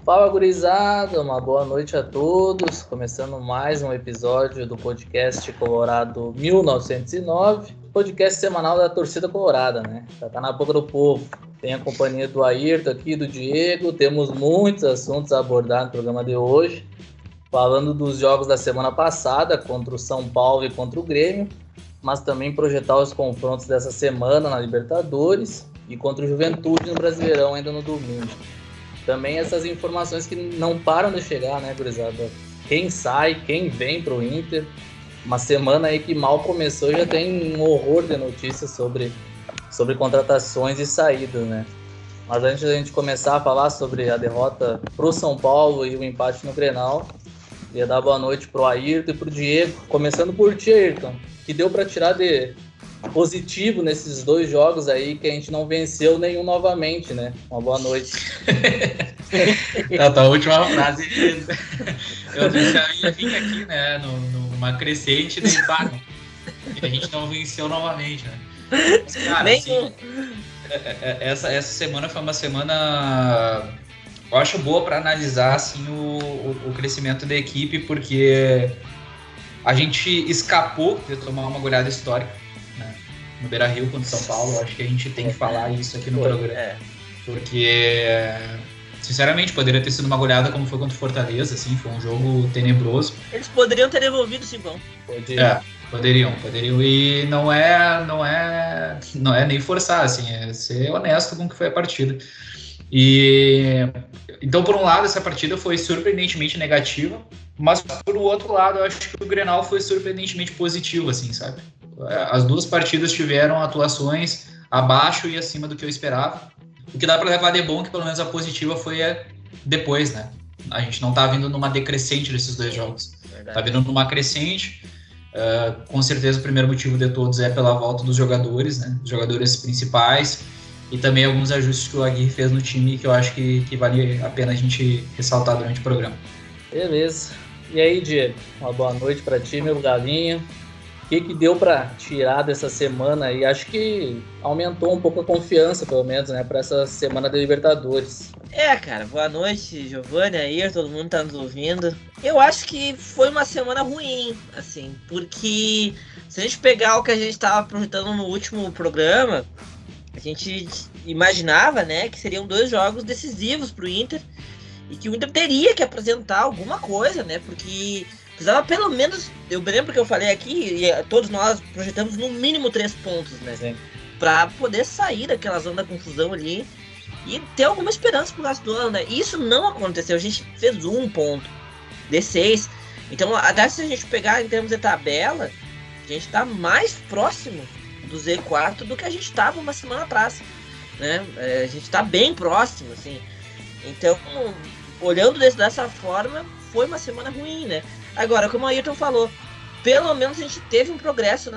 Fala, gurizada, uma boa noite a todos. Começando mais um episódio do podcast Colorado 1909, podcast semanal da torcida colorada, né? Já tá na boca do povo. Tem a companhia do Ayrton aqui, do Diego. Temos muitos assuntos a abordar no programa de hoje. Falando dos jogos da semana passada contra o São Paulo e contra o Grêmio, mas também projetar os confrontos dessa semana na Libertadores e contra o Juventude no Brasileirão ainda no domingo. Também essas informações que não param de chegar, né, gurizada? Quem sai, quem vem pro Inter. Uma semana aí que mal começou, já tem um horror de notícias sobre contratações e saídas, né? Mas antes da gente começar a falar sobre a derrota pro São Paulo e o empate no Grenal, queria dar boa noite pro Ayrton e pro Diego. Começando por ti, Ayrton, que deu para tirar de positivo nesses dois jogos aí, que a gente não venceu nenhum novamente, né? Uma boa noite. A última frase, eu já vim aqui, né, numa crescente de empate, e a gente não venceu novamente, né? Mas, cara, assim, essa semana foi uma semana, eu acho, boa para analisar assim, o crescimento da equipe, porque a gente escapou de tomar uma goleada histórica, né, no Beira-Rio contra o São Paulo. Eu acho que a gente tem que falar isso aqui no programa, porque, sinceramente, poderia ter sido uma goleada como foi contra o Fortaleza, assim, foi um jogo tenebroso. Eles poderiam ter devolvido o 5-1. Poderiam, e não é nem forçar, assim, é ser honesto com o que foi a partida. E então, por um lado, essa partida foi surpreendentemente negativa, mas por outro lado, eu acho que o Grenal foi surpreendentemente positivo, assim, sabe? As duas partidas tiveram atuações abaixo e acima do que eu esperava. O que dá para levar de bom, que pelo menos a positiva foi depois, né? A gente não tá vindo numa decrescente desses dois jogos. Verdade. Tá vindo numa crescente. Com certeza o primeiro motivo de todos é pela volta dos jogadores, né? Os jogadores principais, e também alguns ajustes que o Aguirre fez no time, que eu acho que vale a pena a gente ressaltar durante o programa. Beleza. E aí, Diego? Uma boa noite para ti, meu galinho. O que deu para tirar dessa semana? E acho que aumentou um pouco a confiança, pelo menos, né, para essa semana da Libertadores. Cara, boa noite, Giovanni, Ayrton, todo mundo tá nos ouvindo. Eu acho que foi uma semana ruim, assim, porque se a gente pegar o que a gente estava projetando no último programa, a gente imaginava, né, que seriam dois jogos decisivos pro Inter e que o Inter teria que apresentar alguma coisa, né, porque precisava pelo menos, eu lembro que eu falei aqui, e todos nós projetamos no mínimo 3 pontos, né? Sim. Pra poder sair daquela zona da confusão ali e ter alguma esperança pro resto do ano, né? Isso não aconteceu, a gente fez 1 ponto de 6. Então, até se a gente pegar em termos de tabela, a gente tá mais próximo do Z4 do que a gente tava uma semana atrás, né? A gente tá bem próximo, assim. Então, olhando dessa forma, foi uma semana ruim, né? Agora, como o Ayrton falou, pelo menos a gente teve um progresso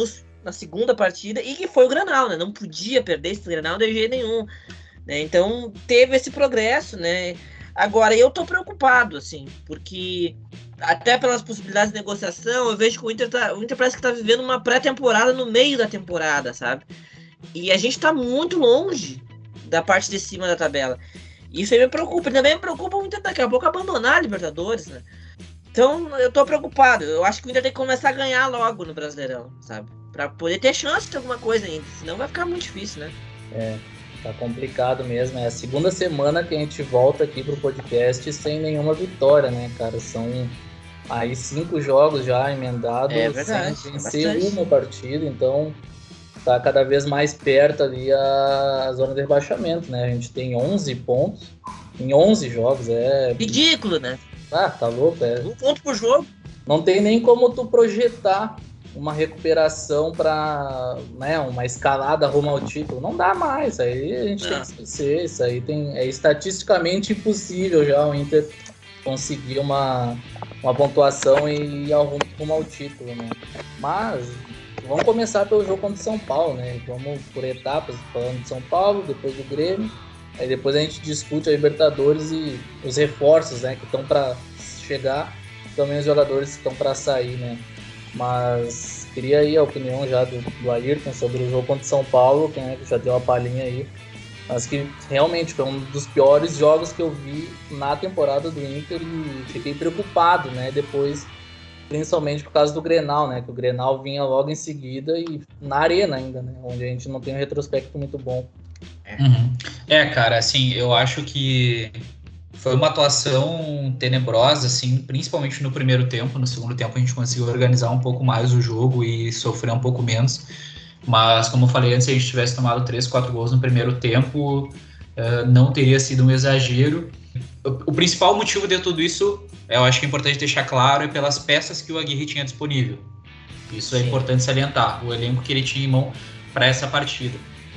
na segunda partida, e que foi o Grenal, né? Não podia perder esse Grenal de jeito nenhum, né? Então, teve esse progresso, né? Agora, eu tô preocupado, assim, porque até pelas possibilidades de negociação, eu vejo que o Inter parece que tá vivendo uma pré-temporada no meio da temporada, sabe? E a gente tá muito longe da parte de cima da tabela. Isso aí me preocupa. Também me preocupa o Inter daqui a pouco abandonar a Libertadores, né? Então, eu tô preocupado. Eu acho que o Inter tem que começar a ganhar logo no Brasileirão, sabe? Pra poder ter chance de alguma coisa ainda. Senão vai ficar muito difícil, né? Tá complicado mesmo. É a segunda semana que a gente volta aqui pro podcast sem nenhuma vitória, né, cara? São aí 5 jogos já emendados, sem vencer uma partida. Então, tá cada vez mais perto ali a zona de rebaixamento, né? A gente tem 11 pontos em 11 jogos. Ridículo, né? Tá louco, 1 ponto por jogo. Não tem nem como tu projetar uma recuperação para, né, uma escalada rumo ao título. Não dá mais. Aí a gente tem que esquecer. Isso aí é estatisticamente impossível já o Inter conseguir uma pontuação e ir rumo ao título, né? Mas vamos começar pelo jogo contra o São Paulo, né? Vamos por etapas, falando de São Paulo, depois do Grêmio. Aí depois a gente discute a Libertadores e os reforços, né, que estão para chegar, também os jogadores que estão para sair, né? Mas queria aí a opinião já do Ayrton sobre o jogo contra o São Paulo, que, né, já deu uma palhinha aí. Mas que realmente foi um dos piores jogos que eu vi na temporada do Inter e fiquei preocupado, né? Depois, principalmente por causa do Grenal, né? Que o Grenal vinha logo em seguida e na Arena ainda, né? Onde a gente não tem um retrospecto muito bom. Cara, assim, eu acho que foi uma atuação tenebrosa, assim, principalmente no primeiro tempo. No segundo tempo a gente conseguiu organizar um pouco mais o jogo e sofrer um pouco menos. Mas, como eu falei antes, se a gente tivesse tomado 3, 4 gols no primeiro tempo, não teria sido um exagero. O principal motivo de tudo isso, eu acho que é importante deixar claro, é pelas peças que o Aguirre tinha disponível. Isso é importante salientar, o elenco que ele tinha em mão para essa partida.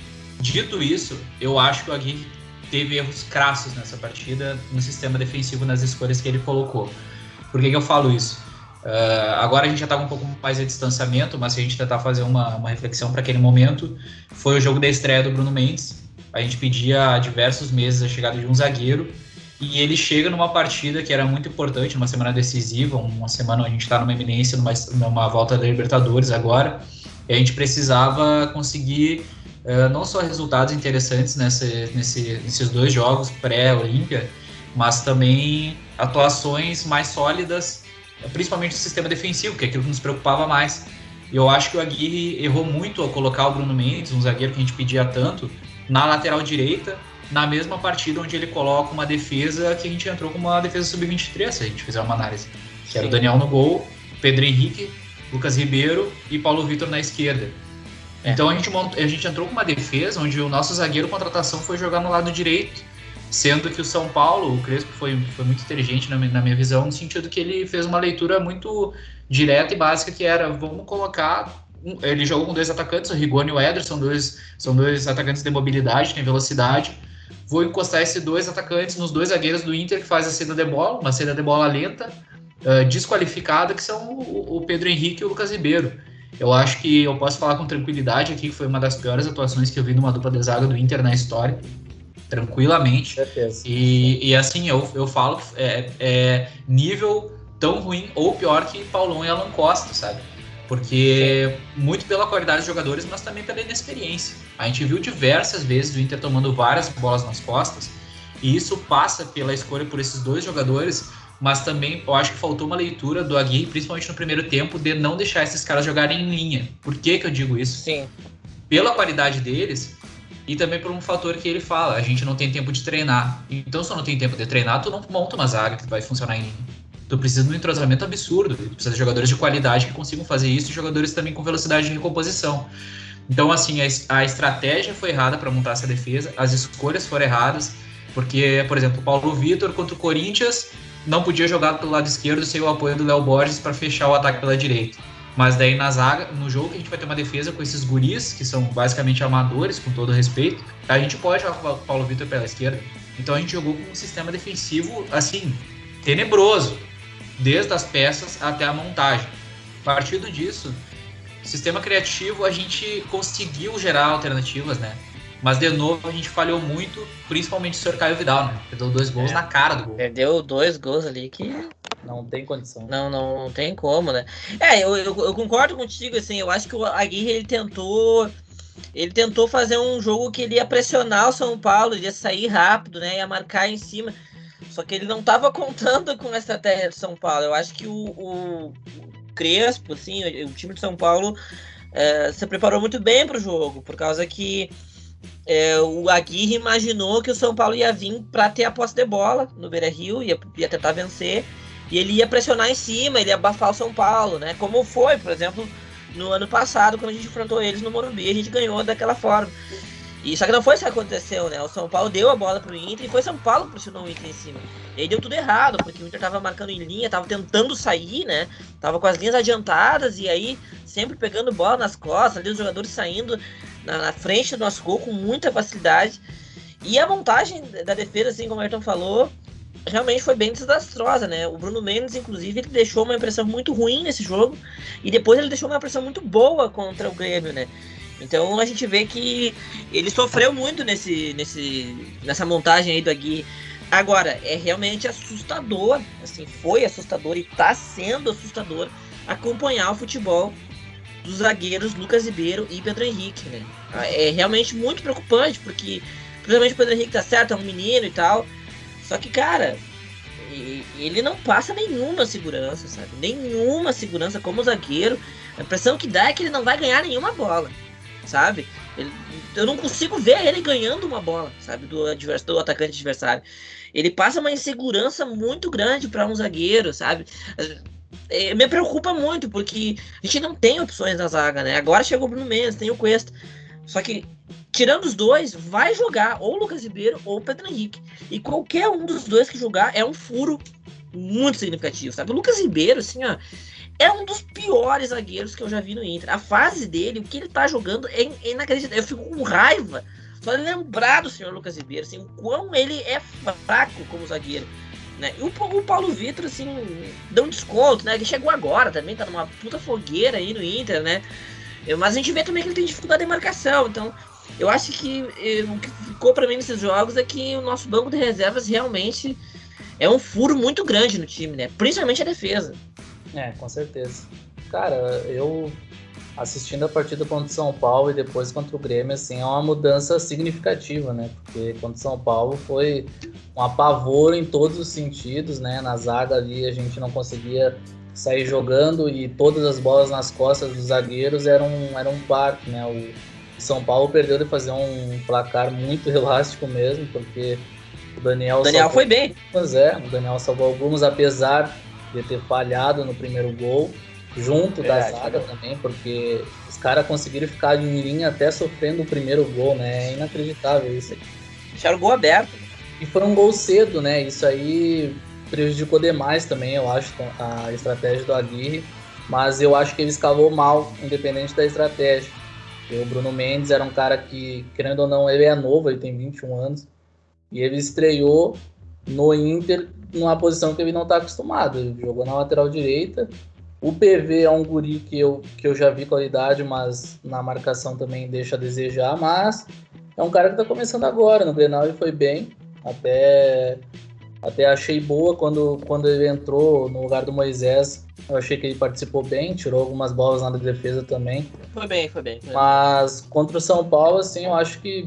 Dito isso, eu acho que o Aguirre teve erros crassos nessa partida, no sistema defensivo, nas escolhas que ele colocou. Por que eu falo isso? Agora a gente já está com um pouco mais de distanciamento, mas se a gente tentar fazer uma reflexão para aquele momento, foi o jogo da estreia do Bruno Mendes. A gente pedia há diversos meses a chegada de um zagueiro, e ele chega numa partida que era muito importante, numa semana decisiva, uma semana onde a gente está numa eminência, numa volta da Libertadores agora, e a gente precisava conseguir não só resultados interessantes nesses 2 jogos pré-Olímpia, mas também atuações mais sólidas, principalmente no sistema defensivo, que é aquilo que nos preocupava mais. E eu acho que o Aguirre errou muito ao colocar o Bruno Mendes, um zagueiro que a gente pedia tanto, na lateral direita, na mesma partida onde ele coloca uma defesa que a gente entrou com uma defesa sub-23, se a gente fizer uma análise. Que era o Daniel no gol, Pedro Henrique, Lucas Ribeiro e Paulo Vitor na esquerda. Então a gente entrou com uma defesa onde o nosso zagueiro contratação foi jogar no lado direito, sendo que o São Paulo, o Crespo foi muito inteligente na minha visão, no sentido que ele fez uma leitura muito direta e básica, que era, vamos colocar... Ele jogou com 2 atacantes, o Rigoni e o Éder, são dois atacantes de mobilidade, tem velocidade. Vou encostar esses 2 atacantes nos 2 zagueiros do Inter que faz a saída de bola, uma saída de bola lenta, desqualificada, que são o Pedro Henrique e o Lucas Ribeiro. Eu acho que eu posso falar com tranquilidade aqui que foi uma das piores atuações que eu vi numa dupla de zaga do Inter na história, tranquilamente. E assim, eu falo que é nível tão ruim ou pior que Paulão e Alan Costa, sabe? Porque muito pela qualidade dos jogadores, mas também pela inexperiência. A gente viu diversas vezes o Inter tomando várias bolas nas costas, e isso passa pela escolha por esses 2 jogadores, mas também eu acho que faltou uma leitura do Aguirre, principalmente no primeiro tempo, de não deixar esses caras jogarem em linha. Por que eu digo isso? Sim. Pela qualidade deles e também por um fator que ele fala, a gente não tem tempo de treinar. Então, se eu não tenho tempo de treinar, tu não monta uma zaga que vai funcionar em linha. Tu precisa de um entrosamento absurdo, tu precisa de jogadores de qualidade que consigam fazer isso e jogadores também com velocidade de recomposição. Então, assim, a estratégia foi errada para montar essa defesa, as escolhas foram erradas, porque, por exemplo, o Paulo Vitor contra o Corinthians não podia jogar pelo lado esquerdo sem o apoio do Léo Borges para fechar o ataque pela direita. Mas daí na zaga, no jogo que a gente vai ter uma defesa com esses guris, que são basicamente amadores, com todo respeito, a gente pode jogar com o Paulo Vitor pela esquerda. Então a gente jogou com um sistema defensivo, assim, tenebroso, desde as peças até a montagem. Partindo disso, sistema criativo, a gente conseguiu gerar alternativas, né? Mas, de novo, a gente falhou muito, principalmente o Sr. Caio Vidal, né? Perdeu 2 gols na cara do gol. Perdeu 2 gols ali que... Não tem condição. Não tem como, né? Eu concordo contigo, assim, eu acho que o Aguirre, ele tentou fazer um jogo que ele ia pressionar o São Paulo, ele ia sair rápido, né? Ia marcar em cima. Só que ele não estava contando com a estratégia do São Paulo. Eu acho que o Crespo, assim, o time de São Paulo se preparou muito bem para o jogo, por causa que o Aguirre imaginou que o São Paulo ia vir para ter a posse de bola no Beira-Rio, ia tentar vencer, e ele ia pressionar em cima, ele ia abafar o São Paulo, né? Como foi, por exemplo, no ano passado, quando a gente enfrentou eles no Morumbi, a gente ganhou daquela forma. E só que não foi isso que aconteceu, né? O São Paulo deu a bola pro Inter e foi São Paulo que pressionou o Inter em cima. E aí deu tudo errado, porque o Inter tava marcando em linha, tava tentando sair, né? Tava com as linhas adiantadas e aí sempre pegando bola nas costas, ali os jogadores saindo na frente do nosso gol com muita facilidade. E a montagem da defesa, assim como o Ayrton falou, realmente foi bem desastrosa, né? O Bruno Mendes, inclusive, ele deixou uma impressão muito ruim nesse jogo e depois ele deixou uma impressão muito boa contra o Grêmio, né? Então a gente vê que ele sofreu muito nessa montagem aí do Aguirre. Agora, é realmente assustador, assim, foi assustador e tá sendo assustador acompanhar o futebol dos zagueiros Lucas Ribeiro e Pedro Henrique, né? É realmente muito preocupante, porque Principalmente o Pedro Henrique tá certo, é um menino e tal. Só que, cara, ele não passa nenhuma segurança, sabe? Nenhuma segurança como zagueiro. A impressão que dá é que ele não vai ganhar nenhuma bola, sabe? Eu não consigo ver ele ganhando uma bola, sabe? Do atacante adversário. Ele passa uma insegurança muito grande para um zagueiro, sabe? Me preocupa muito, porque a gente não tem opções na zaga, né? Agora chegou o Bruno Mendes, tem o Cuesta. Só que, tirando os dois, vai jogar ou o Lucas Ribeiro ou o Pedro Henrique. E qualquer um dos dois que jogar é um furo muito significativo, sabe? O Lucas Ribeiro, assim, ó, é um dos piores zagueiros que eu já vi no Inter. A fase dele, o que ele tá jogando é inacreditável. Eu fico com raiva só de lembrar do senhor Lucas Ribeiro, assim, o quão ele é fraco como zagueiro. Né? E o Paulo Vitor, assim, deu um desconto, né? Ele chegou agora também, tá numa puta fogueira aí no Inter, né? Mas a gente vê também que ele tem dificuldade de marcação. Então, eu acho que o que ficou pra mim nesses jogos é que o nosso banco de reservas realmente é um furo muito grande no time, né? Principalmente a defesa. Com certeza. Cara, eu assistindo a partida contra o São Paulo e depois contra o Grêmio, assim, é uma mudança significativa, né? Porque contra o São Paulo foi um apavoro em todos os sentidos, né? Na zaga ali a gente não conseguia sair jogando e todas as bolas nas costas dos zagueiros eram um parque, né? O São Paulo perdeu de fazer um placar muito elástico mesmo, porque o Daniel foi bem. Pois é, o Daniel salvou alguns, apesar de ter falhado no primeiro gol, junto da zaga também, porque os caras conseguiram ficar em linha até sofrendo o primeiro gol, né? É inacreditável isso aí. Deixaram o gol aberto. E foi um gol cedo, né? Isso aí prejudicou demais também, eu acho, a estratégia do Aguirre, mas eu acho que ele escalou mal, independente da estratégia. Porque o Bruno Mendes era um cara que, querendo ou não, ele é novo, ele tem 21 anos, e ele estreou no Inter numa posição que ele não está acostumado. Ele jogou na lateral direita. O PV é um guri que eu já vi qualidade, mas na marcação também deixa a desejar, mas é um cara que está começando agora. No Grenal ele foi bem, até achei boa quando ele entrou no lugar do Moisés. Eu achei que ele participou bem, tirou algumas bolas na defesa também. Foi bem. Mas contra o São Paulo, assim, eu acho que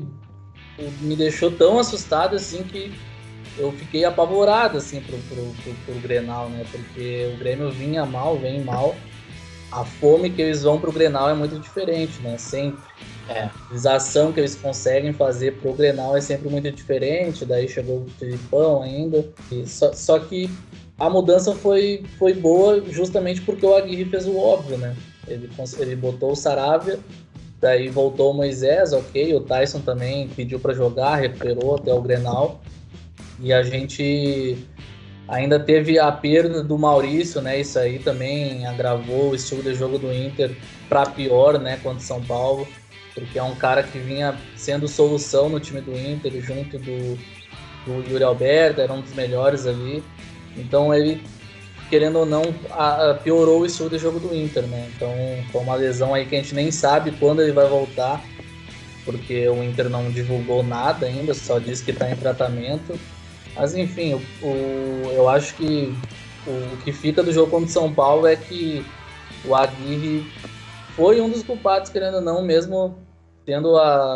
me deixou tão assustado assim que eu fiquei apavorado assim pro Grenal, né? Porque o Grêmio vem mal. A fome que eles vão pro Grenal é muito diferente, né? Sempre. A realização que eles conseguem fazer pro Grenal é sempre muito diferente. Daí chegou o Filipão ainda. Só que a mudança foi boa justamente porque o Aguirre fez o óbvio, né? Ele botou o Saravia, daí voltou o Moisés, ok. O Tyson também pediu para jogar, recuperou até o Grenal. E a gente ainda teve a perda do Maurício, né? Isso aí também agravou o estilo de jogo do Inter para pior, né? Contra o São Paulo, porque é um cara que vinha sendo solução no time do Inter, junto do Yuri Alberto, era um dos melhores ali. Então ele, querendo ou não, piorou o estilo de jogo do Inter, né? Então foi uma lesão aí que a gente nem sabe quando ele vai voltar, porque o Inter não divulgou nada ainda, só disse que está em tratamento. Mas enfim, eu acho que o que fica do jogo contra o São Paulo é que o Aguirre foi um dos culpados, querendo ou não, mesmo tendo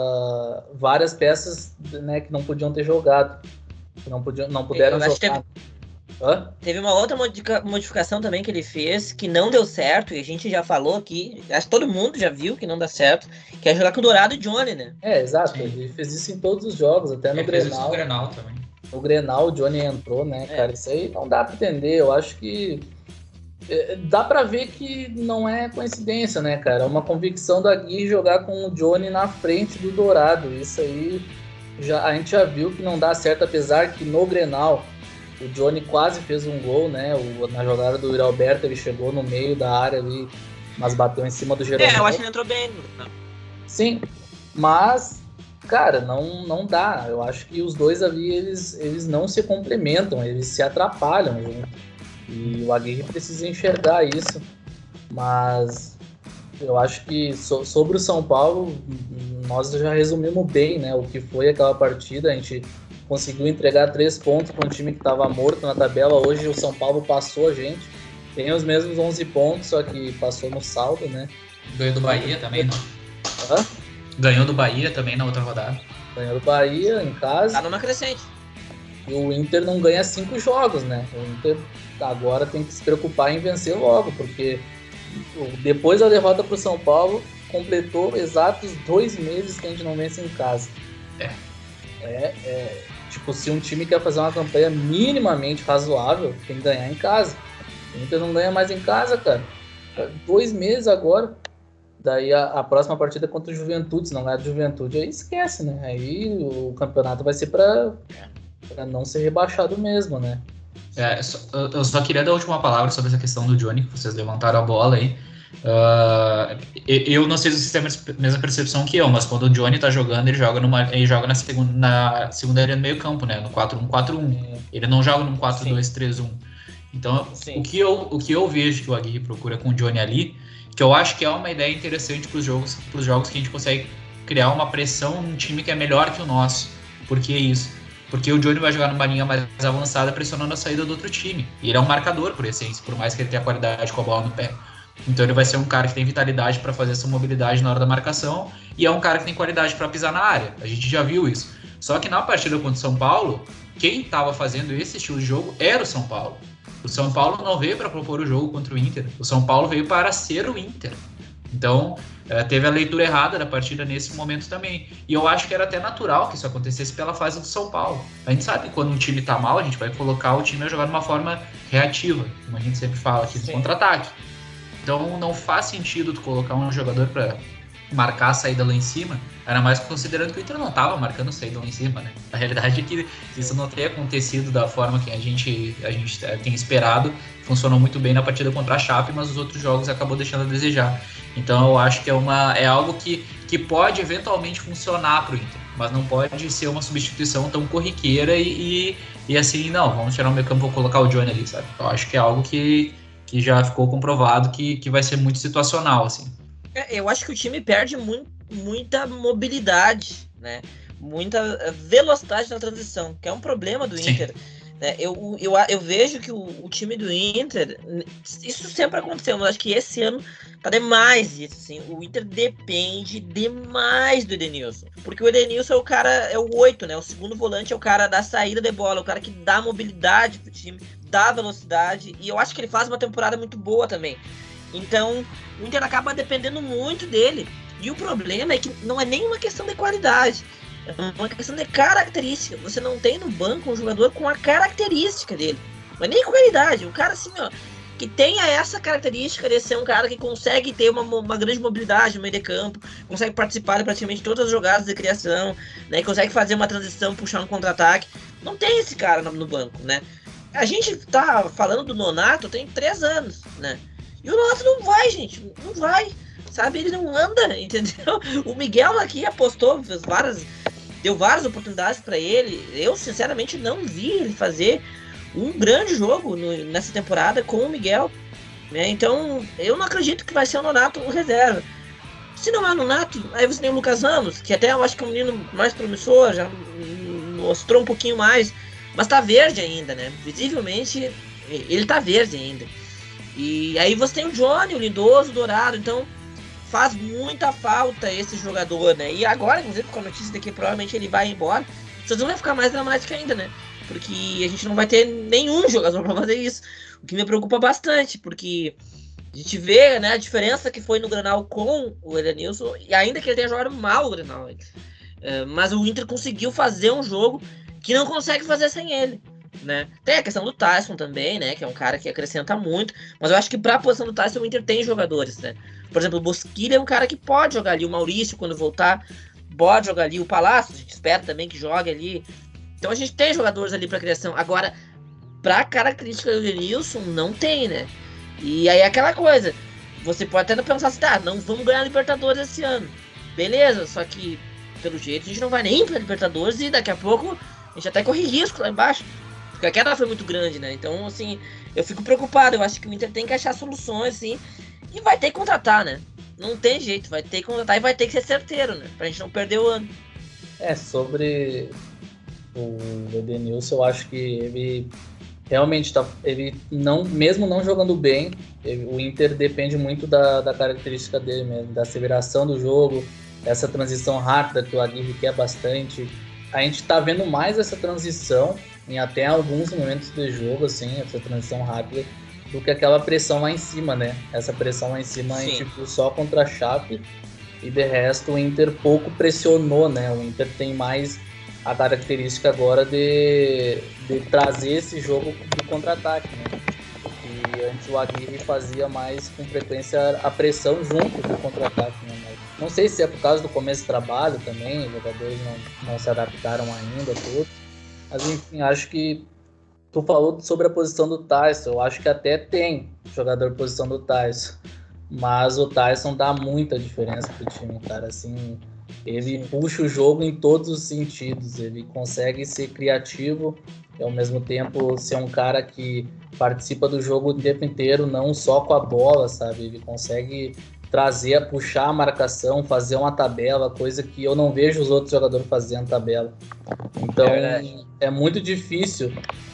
várias peças, né, que não podiam ter jogado, que não puderam jogar. Teve uma outra modificação também que ele fez, que não deu certo, e a gente já falou aqui, acho que todo mundo já viu que não dá certo, que é jogar com o Dourado e Johnny, né? Exato, ele fez isso em todos os jogos, até no Grenal. Fez isso no Grenal também. No Grenal o Johnny entrou, né, cara? Isso aí não dá pra entender. Eu acho que dá pra ver que não é coincidência, né, cara? É uma convicção da Aguirre jogar com o Johnny na frente do Dourado. Isso aí a gente já viu que não dá certo, apesar que no Grenal o Johnny quase fez um gol, né? Na jogada do Yuri Alberto ele chegou no meio da área ali, mas bateu em cima do Jeromel. Eu acho que ele entrou bem. Sim, mas cara, não dá. Eu acho que os dois ali, eles não se complementam, eles se atrapalham junto. E o Aguirre precisa enxergar isso. Mas eu acho que sobre o São Paulo, nós já resumimos bem, né, o que foi aquela partida. A gente conseguiu entregar 3 pontos para um time que estava morto na tabela. Hoje o São Paulo passou a gente. Tem os mesmos 11 pontos, só que passou no saldo, né? Ganhou do Bahia também, não? Ganhou do Bahia também na outra rodada. Ganhou do Bahia em casa. Tá numa crescente. E o Inter não ganha 5 jogos, né? O Inter agora tem que se preocupar em vencer logo, porque depois da derrota pro São Paulo, completou exatos 2 meses que a gente não vence em casa. Tipo, se um time quer fazer uma campanha minimamente razoável, tem que ganhar em casa. O Inter não ganha mais em casa, cara. 2 meses agora. Daí a próxima partida é contra o Juventude. Se não ganhar do Juventude, aí esquece, né? Aí o campeonato vai ser pra não ser rebaixado mesmo, né? Eu só queria dar a última palavra sobre essa questão do Johnny, que vocês levantaram a bola aí. Eu não sei se vocês têm a mesma percepção que eu, mas quando o Johnny tá jogando, ele joga na segunda linha do meio campo, né? No 4-1-4-1. Ele não joga no 4-2-3-1. Então, o que eu vejo que o Aguirre procura com o Johnny ali, que eu acho que é uma ideia interessante para os jogos que a gente consegue criar uma pressão num time que é melhor que o nosso. Por que isso? Porque o Johnny vai jogar numa linha mais avançada, pressionando a saída do outro time. E ele é um marcador, por essência, por mais que ele tenha qualidade com a bola no pé. Então ele vai ser um cara que tem vitalidade para fazer essa mobilidade na hora da marcação, e é um cara que tem qualidade para pisar na área. A gente já viu isso. Só que na partida contra o São Paulo, quem estava fazendo esse estilo de jogo era o São Paulo. O São Paulo não veio para propor o jogo contra o Inter. O São Paulo veio para ser o Inter. Então, teve a leitura errada da partida nesse momento também. E eu acho que era até natural que isso acontecesse pela fase do São Paulo. A gente sabe que quando um time tá mal, a gente vai colocar o time a jogar de uma forma reativa, como a gente sempre fala aqui, no contra-ataque. Então, não faz sentido tu colocar um jogador para marcar a saída lá em cima, ainda mais considerando que o Inter não estava marcando a saída lá em cima, né? A realidade é que isso não teria acontecido da forma que a gente tem esperado. Funcionou muito bem na partida contra a Chape, mas os outros jogos acabou deixando a desejar. Então eu acho que é algo que pode eventualmente funcionar para o Inter, mas não pode ser uma substituição tão corriqueira e assim, não, vamos tirar o meio campo e colocar o Johnny ali, sabe? Eu acho que é algo que já ficou comprovado que vai ser muito situacional, assim. Eu acho que o time perde muita mobilidade, né? Muita velocidade na transição, que é um problema do Inter. Né? Eu vejo que o time do Inter, isso sempre aconteceu, mas acho que esse ano tá demais isso, assim. O Inter depende demais do Edenilson, porque o Edenilson é o cara, é o 8, né? O segundo volante é o cara da saída de bola, o cara que dá mobilidade pro time, dá velocidade, e eu acho que ele faz uma temporada muito boa também. Então, o Inter acaba dependendo muito dele. E o problema é que não é nem uma questão de qualidade, é uma questão de característica. Você não tem no banco um jogador com a característica dele. Não é nem qualidade. Um cara assim, ó, que tenha essa característica de ser um cara que consegue ter uma grande mobilidade no meio de campo, consegue participar de praticamente todas as jogadas de criação, né, consegue fazer uma transição, puxar um contra-ataque. Não tem esse cara no banco, né? A gente tá falando do Nonato tem 3 anos, né? E o Nonato não vai, gente. Não vai. Sabe? Ele não anda, entendeu? O Miguel aqui apostou, deu várias oportunidades para ele. Eu, sinceramente, não vi ele fazer um grande jogo nessa temporada com o Miguel. Né? Então, eu não acredito que vai ser o Nonato reserva. Se não é o Nonato, aí você tem o Lucas Ramos, que até eu acho que é um menino mais promissor, já mostrou um pouquinho mais, mas tá verde ainda, né? Visivelmente, ele tá verde ainda. E aí você tem o Johnny, o Lindoso, o Dourado, então faz muita falta esse jogador, né? E agora, inclusive, com a notícia de que provavelmente ele vai embora, a situação vai ficar mais dramática ainda, né? Porque a gente não vai ter nenhum jogador para fazer isso, o que me preocupa bastante, porque a gente vê, né, a diferença que foi no Grenal com o Edenilson, e ainda que ele tenha jogado mal o Grenal, mas o Inter conseguiu fazer um jogo que não consegue fazer sem ele. Né? Tem a questão do Tyson também, né? Que é um cara que acrescenta muito, mas eu acho que para a posição do Tyson o Inter tem jogadores, né? Por exemplo, o Bosquilha é um cara que pode jogar ali, o Maurício quando voltar pode jogar ali, o Palácio a gente espera também que jogue ali, então a gente tem jogadores ali para criação. Agora, para característica do Denilson, não tem, né? E aí é aquela coisa, você pode até pensar assim, tá, não vamos ganhar a Libertadores esse ano, beleza, só que pelo jeito a gente não vai nem para Libertadores e daqui a pouco a gente até corre risco lá embaixo. Porque a queda foi muito grande, né? Então, assim, eu fico preocupado. Eu acho que o Inter tem que achar soluções, assim, e vai ter que contratar, né? Não tem jeito, vai ter que contratar e vai ter que ser certeiro, né? Pra gente não perder o ano. Sobre o Edenilson, eu acho que ele realmente ele não, mesmo não jogando bem, o Inter depende muito da característica dele mesmo, da aceleração do jogo, essa transição rápida que o Aguirre quer bastante. A gente tá vendo mais essa transição em até alguns momentos do jogo, assim, essa transição rápida, do que aquela pressão lá em cima, né? Essa pressão lá em cima a gente viu só contra a Chape, e de resto o Inter pouco pressionou, né? O Inter tem mais a característica agora de trazer esse jogo do contra-ataque, né? E antes o Aguirre fazia mais com frequência a pressão junto do contra-ataque, né? Não sei se é por causa do começo do trabalho também, os jogadores não se adaptaram ainda todos. Mas enfim, acho que tu falou sobre a posição do Tyson. Eu acho que até tem jogador posição do Tyson, mas o Tyson dá muita diferença pro time, cara. Assim, ele puxa o jogo em todos os sentidos. Ele consegue ser criativo e ao mesmo tempo ser um cara que participa do jogo o tempo inteiro, não só com a bola, sabe? Ele consegue puxar a marcação, fazer uma tabela, coisa que eu não vejo os outros jogadores fazendo tabela. Então é muito difícil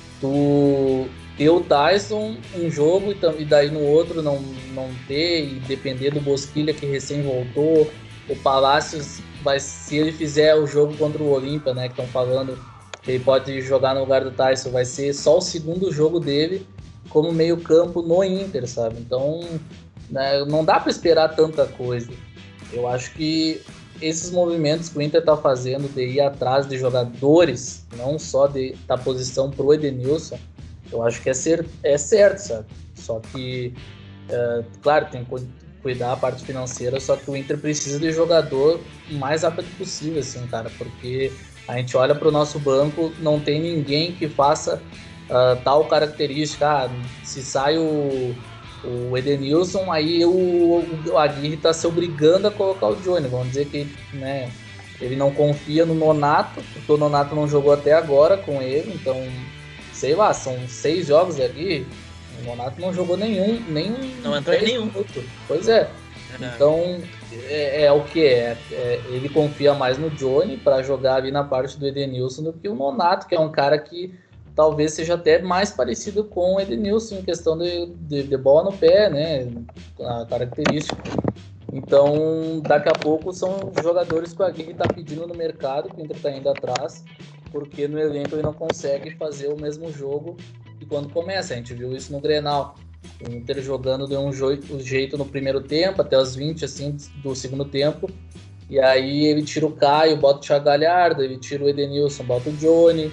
tu ter o Tyson um jogo e daí no outro não ter, e depender do Bosquilha que recém voltou. O Palácios, se ele fizer o jogo contra o Olímpia, né, que estão falando que ele pode jogar no lugar do Tyson, vai ser só o segundo jogo dele como meio campo no Inter, sabe? Então, né, não dá para esperar tanta coisa. Eu acho que esses movimentos que o Inter está fazendo de ir atrás de jogadores, não só de dar posição pro Edenilson, eu acho que é certo, sabe? Só que, claro, tem que cuidar a parte financeira, só que o Inter precisa de jogador o mais rápido possível, assim, cara, porque a gente olha para o nosso banco, não tem ninguém que faça tal característica. Se sai o Edenilson, aí o Aguirre está se obrigando a colocar o Johnny. Vamos dizer que, né, ele não confia no Nonato, porque o Nonato não jogou até agora com ele, então, sei lá, são 6 jogos ali, o Nonato não jogou nenhum, não entrou em nenhum. Minutos. Pois é. Então, é o que é. Ele confia mais no Johnny para jogar ali na parte do Edenilson do que o Nonato, que é um cara que talvez seja até mais parecido com o Edenilson em questão de bola no pé, né? A característica. Então, daqui a pouco são jogadores que o Aguirre está pedindo no mercado, que o Inter está indo atrás, porque no elenco ele não consegue fazer o mesmo jogo que quando começa. A gente viu isso no Grenal. O Inter jogando de um jeito no primeiro tempo, até os 20 assim, do segundo tempo. E aí ele tira o Caio, bota o Thiago Galhardo, ele tira o Edenilson, bota o Johnny.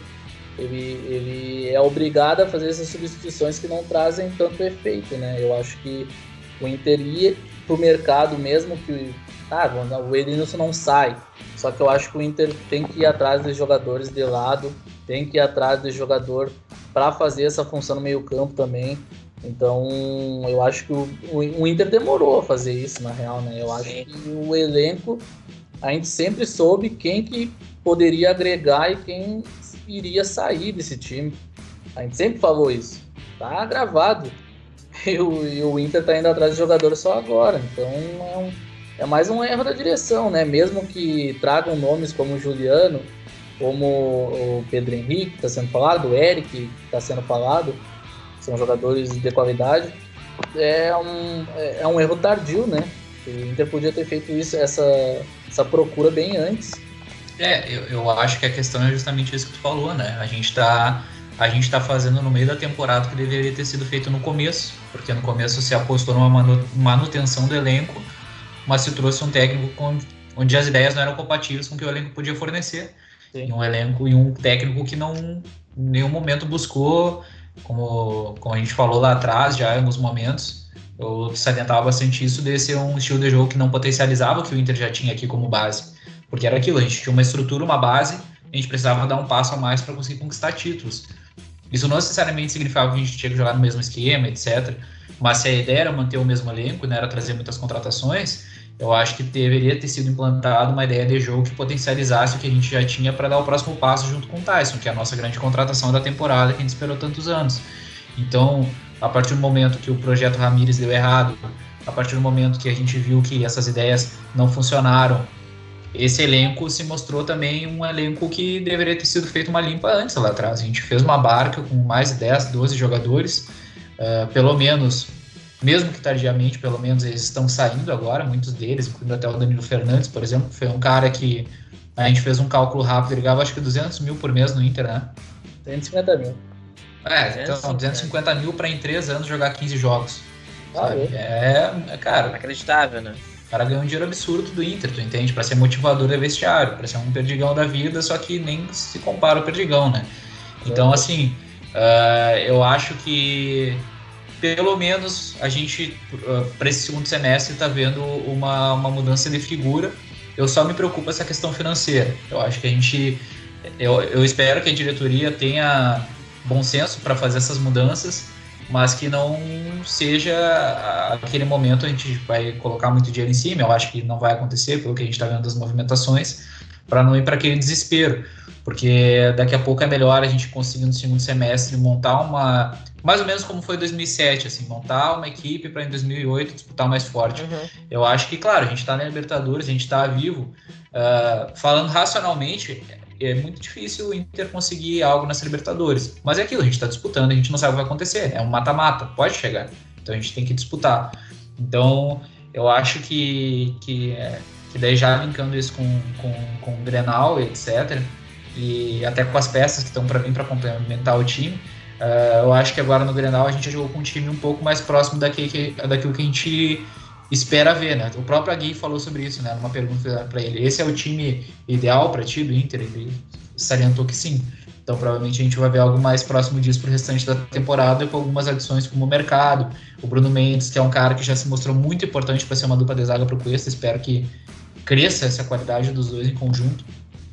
Ele é obrigado a fazer essas substituições que não trazem tanto efeito, né? Eu acho que o Inter ia pro mercado mesmo que o Edenilson não sai. Só que eu acho que o Inter tem que ir atrás de jogadores de lado, tem que ir atrás de jogador para fazer essa função no meio campo também. Então, eu acho que o Inter demorou a fazer isso, na real, né? Eu acho que o elenco, a gente sempre soube quem que poderia agregar e quem iria sair desse time. A gente sempre falou isso. Tá gravado. E o Inter tá indo atrás de jogadores só agora. Então, é mais um erro da direção, né? Mesmo que tragam nomes como o Juliano, como o Pedro Henrique, que está sendo falado, o Eric, que está sendo falado, são jogadores de qualidade, é um erro tardio, né? O Inter podia ter feito isso, essa procura bem antes. Eu acho que a questão é justamente isso que tu falou, né? A gente tá fazendo no meio da temporada que deveria ter sido feito no começo, porque no começo se apostou numa manutenção do elenco, mas se trouxe um técnico onde as ideias não eram compatíveis com o que o elenco podia fornecer. Sim. E um elenco e um técnico que não em nenhum momento buscou, como a gente falou lá atrás, já em alguns momentos, eu salientava bastante isso de ser um estilo de jogo que não potencializava o que o Inter já tinha aqui como base. Porque era aquilo, a gente tinha uma estrutura, uma base, a gente precisava dar um passo a mais para conseguir conquistar títulos. Isso não necessariamente significava que a gente tinha que jogar no mesmo esquema, etc. Mas se a ideia era manter o mesmo elenco, né, era trazer muitas contratações, eu acho que deveria ter sido implantada uma ideia de jogo que potencializasse o que a gente já tinha para dar o próximo passo junto com o Tyson, que é a nossa grande contratação da temporada que a gente esperou tantos anos. Então, a partir do momento que o projeto Ramírez deu errado, a partir do momento que a gente viu que essas ideias não funcionaram, esse elenco se mostrou também um elenco que deveria ter sido feito uma limpa antes lá atrás. A gente fez uma barca com mais de 10, 12 jogadores, pelo menos mesmo que tardiamente, pelo menos eles estão saindo agora, muitos deles, incluindo até o Danilo Fernandes, por exemplo, que foi um cara que a gente fez um cálculo rápido, ele ganhava acho que 200 mil por mês no Inter, né? 250 mil. Então 250 mil para em 3 anos jogar 15 jogos. Sabe? Cara, inacreditável, né? O cara ganhou um dinheiro absurdo do Inter, tu entende? Para ser motivador de vestiário, para ser um Perdigão da vida, só que nem se compara ao Perdigão, né? Então, assim, eu acho que pelo menos a gente, para esse segundo semestre, está vendo uma mudança de figura. Eu só me preocupo essa questão financeira. Eu acho que a gente... Eu espero que a diretoria tenha bom senso para fazer essas mudanças, mas que não seja aquele momento a gente vai colocar muito dinheiro em cima. Eu acho que não vai acontecer, pelo que a gente está vendo das movimentações, para não ir para aquele desespero, porque daqui a pouco é melhor a gente conseguir no segundo semestre montar uma, mais ou menos como foi em 2007, assim, montar uma equipe para em 2008 disputar mais forte. Eu acho que, claro, a gente está na Libertadores, a gente está vivo, falando racionalmente, é muito difícil o Inter conseguir algo nessa Libertadores, mas é aquilo, a gente está disputando, a gente não sabe o que vai acontecer, é um mata-mata, pode chegar, então a gente tem que disputar. Então eu acho que daí já linkando isso com o Grenal, etc., e até com as peças que estão para vir para complementar o time, eu acho que agora no Grenal a gente jogou com um time um pouco mais próximo daquilo que a gente espera ver, né? O próprio Agui falou sobre isso, né? Numa pergunta para ele. Esse é o time ideal para ti do Inter? Ele salientou que sim. Então provavelmente a gente vai ver algo mais próximo disso pro restante da temporada, com algumas adições como o mercado, o Bruno Mendes, que é um cara que já se mostrou muito importante para ser uma dupla de zaga pro Cuesta. Espero que cresça essa qualidade dos dois em conjunto.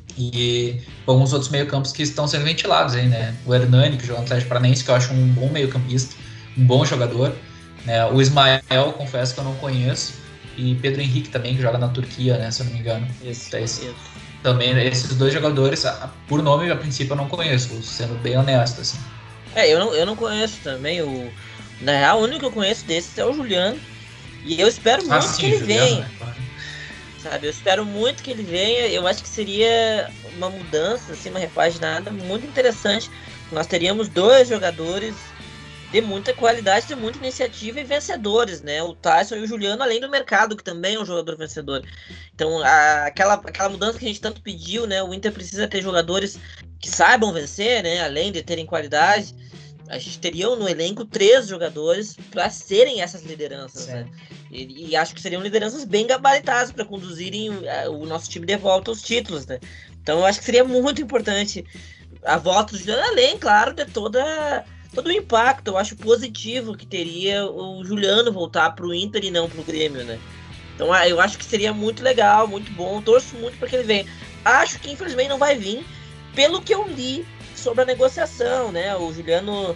E alguns outros meio-campos que estão sendo ventilados aí, né? O Hernani, que joga no Atlético Paranaense, que eu acho um bom meio-campista, um bom jogador. O Ismael, confesso que eu não conheço. E Pedro Henrique também, que joga na Turquia, né? Se eu não me engano. Isso. Também, esses dois jogadores, por nome, a princípio, eu não conheço, sendo bem honesto, assim. Eu não conheço também. Na real, o único que eu conheço desses é o Juliano. E eu espero muito que ele venha. Sabe, eu espero muito que ele venha. Eu acho que seria uma mudança, assim, uma repaginada muito interessante. Nós teríamos 2 jogadores de muita qualidade, de muita iniciativa e vencedores, né? O Tyson e o Juliano, além do mercado, que também é um jogador vencedor. Então, aquela mudança que a gente tanto pediu, né? O Inter precisa ter jogadores que saibam vencer, né? Além de terem qualidade. A gente teria no elenco 3 jogadores para serem essas lideranças, né? E acho que seriam lideranças bem gabaritadas para conduzirem o nosso time de volta aos títulos, né? Então eu acho que seria muito importante a volta do Juliano, além, claro, de todo o impacto, eu acho positivo que teria o Juliano voltar para o Inter e não para o Grêmio, né? Então eu acho que seria muito legal, muito bom, torço muito para que ele venha. Acho que infelizmente não vai vir, pelo que eu li sobre a negociação, né? O Juliano,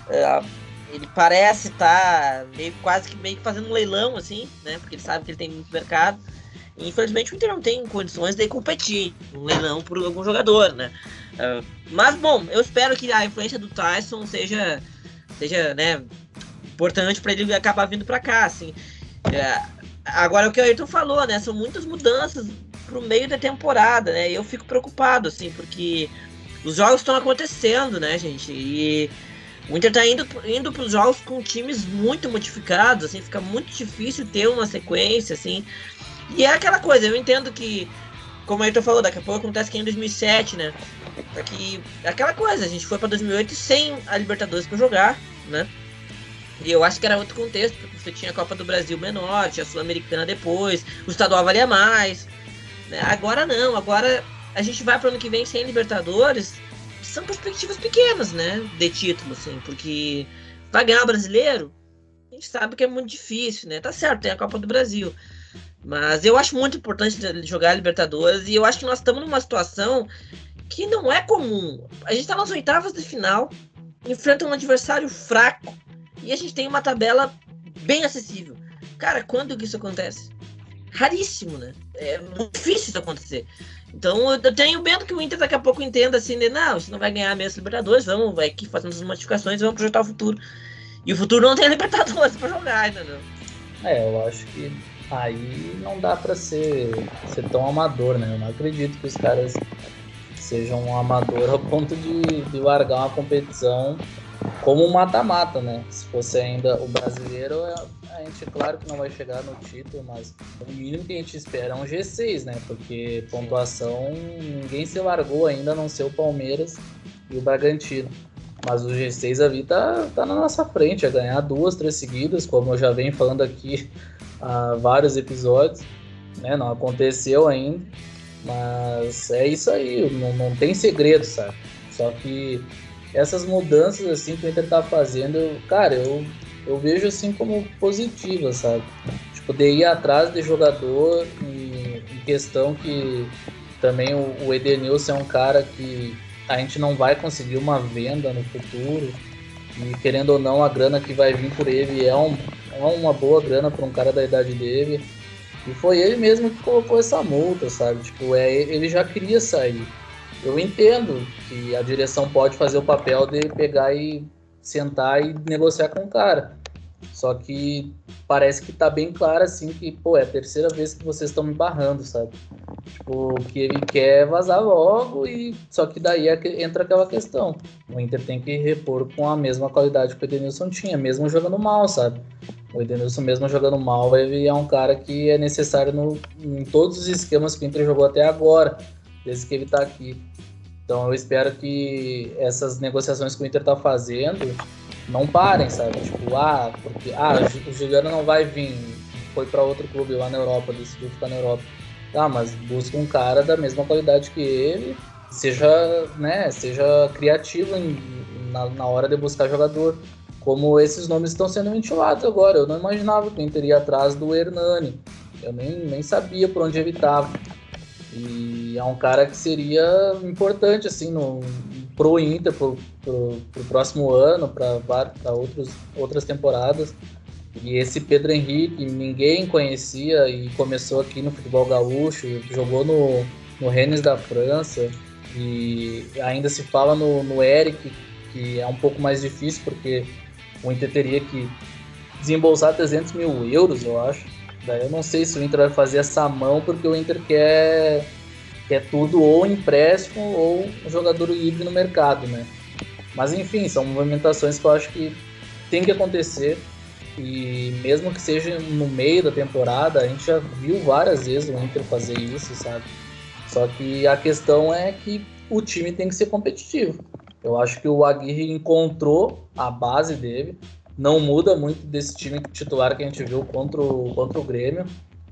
ele parece estar quase que fazendo um leilão, assim, né? Porque ele sabe que ele tem muito mercado. E, infelizmente o Inter não tem condições de competir um leilão por algum jogador, né? Mas, bom, eu espero que a influência do Tyson seja né, importante para ele acabar vindo para cá, assim. Agora, o que o Ayrton falou, né? São muitas mudanças pro meio da temporada, né? E eu fico preocupado, assim, porque os jogos estão acontecendo, né, gente? E o Inter tá indo pros jogos com times muito modificados, assim, fica muito difícil ter uma sequência, assim. E é aquela coisa, eu entendo que, como o Ayrton falou, daqui a pouco acontece que em 2007, né? Porque aquela coisa, a gente foi pra 2008 sem a Libertadores pra jogar, né? E eu acho que era outro contexto, porque você tinha a Copa do Brasil menor, tinha a Sul-Americana depois, o estadual valia mais, né? Agora não, agora a gente vai pro ano que vem sem Libertadores, são perspectivas pequenas, né? De título, assim, porque vai ganhar o brasileiro, a gente sabe que é muito difícil, né? Tá certo, tem a Copa do Brasil. Mas eu acho muito importante jogar a Libertadores e eu acho que nós estamos numa situação que não é comum. A gente está nas oitavas de final, enfrenta um adversário fraco e a gente tem uma tabela bem acessível. Cara, quando que isso acontece? Raríssimo, né? É muito difícil isso acontecer. Então eu tenho medo que o Inter daqui a pouco entenda assim, de, não, você não vai ganhar mesmo Libertadores, vamos aqui fazendo as modificações e vamos projetar o futuro. E o futuro não tem Libertadores para jogar ainda, não. Eu acho que aí não dá pra ser tão amador, né? Eu não acredito que os caras sejam um amador ao ponto de largar uma competição como um mata-mata, né? Se fosse ainda o brasileiro, a gente, claro que não vai chegar no título, mas o mínimo que a gente espera é um G6, né? Porque pontuação, ninguém se largou ainda, a não ser o Palmeiras e o Bragantino. Mas o G6 ali tá na nossa frente, a ganhar 2, 3 seguidas, como eu já venho falando aqui há vários episódios, né? Não aconteceu ainda, mas é isso aí, não tem segredo, sabe? Só que essas mudanças assim que o Inter tá fazendo, eu vejo assim como positivas, sabe? Tipo, de ir atrás de jogador em questão que também o Edenilson é um cara que a gente não vai conseguir uma venda no futuro e querendo ou não a grana que vai vir por ele é uma boa grana para um cara da idade dele e foi ele mesmo que colocou essa multa, sabe? Tipo, ele já queria sair. Eu entendo que a direção pode fazer o papel de pegar e sentar e negociar com o cara. Só que parece que tá bem claro, assim, que, pô, é a terceira vez que vocês estão me barrando, sabe? Tipo, que ele quer vazar logo e... Só que daí entra aquela questão. O Inter tem que repor com a mesma qualidade que o Edenilson tinha, mesmo jogando mal, sabe? O Edenilson mesmo jogando mal, ele é um cara que é necessário em todos os esquemas que o Inter jogou até agora, desde que ele tá aqui. Então eu espero que essas negociações que o Inter tá fazendo não parem, sabe? Tipo, porque o Juliano não vai vir, foi para outro clube lá na Europa, decidiu ficar na Europa. Tá, mas busca um cara da mesma qualidade que ele, seja criativo na hora de buscar jogador. Como esses nomes estão sendo ventilados agora. Eu não imaginava que o Inter ia atrás do Hernani. Eu nem sabia por onde ele estava. E é um cara que seria importante assim, pro Inter, pro próximo ano, para outras temporadas. E esse Pedro Henrique, ninguém conhecia e começou aqui no futebol gaúcho, jogou no Rennes da França. E ainda se fala no Eric, que é um pouco mais difícil, porque o Inter teria que desembolsar 300 mil euros, eu acho. Daí eu não sei se o Inter vai fazer essa mão, porque o Inter quer tudo ou empréstimo ou um jogador livre no mercado, né? Mas enfim, são movimentações que eu acho que tem que acontecer. E mesmo que seja no meio da temporada, a gente já viu várias vezes o Inter fazer isso, sabe? Só que a questão é que o time tem que ser competitivo. Eu acho que o Aguirre encontrou a base dele. Não muda muito desse time titular que a gente viu contra o Grêmio.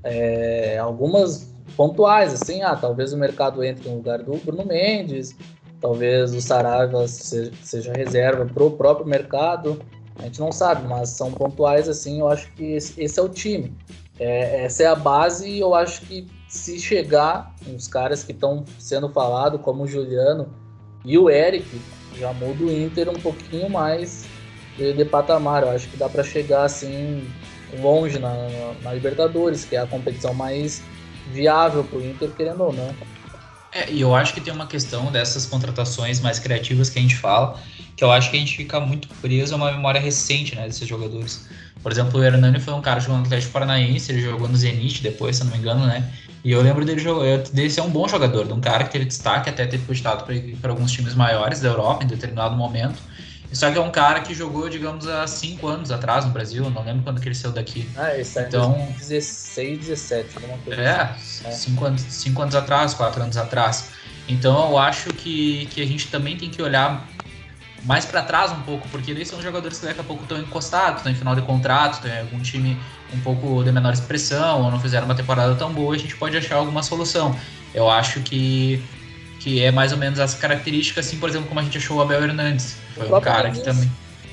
Algumas pontuais, assim, talvez o mercado entre no lugar do Bruno Mendes, talvez o Saravia seja reserva para o próprio mercado. A gente não sabe, mas são pontuais, assim, eu acho que esse é o time. Essa é a base e eu acho que se chegar uns caras que estão sendo falados, como o Juliano e o Eric, já muda o Inter um pouquinho mais de patamar. Eu acho que dá para chegar assim longe na Libertadores, que é a competição mais viável para o Inter, querendo ou não. E eu acho que tem uma questão dessas contratações mais criativas que a gente fala, que eu acho que a gente fica muito preso a uma memória recente, né, desses jogadores. Por exemplo, o Hernani foi um cara jogando no Atlético Paranaense, ele jogou no Zenit depois, se eu não me engano, né? E eu lembro dele ser um bom jogador, de um cara que teve destaque, até ter cogitado para alguns times maiores da Europa em determinado momento. Só que é um cara que jogou, digamos, há 5 anos atrás no Brasil, não lembro quando que ele saiu daqui. Ele saiu em 2016, 17, alguma coisa assim. 5 anos atrás, 4 anos atrás. Então eu acho que a gente também tem que olhar mais para trás um pouco, porque eles são jogadores que daqui a pouco estão encostados, estão em final de contrato, tem algum time um pouco de menor expressão, ou não fizeram uma temporada tão boa, a gente pode achar alguma solução. Eu acho que é mais ou menos as características, assim, por exemplo, como a gente achou o Abel Hernandes. Foi um cara que também...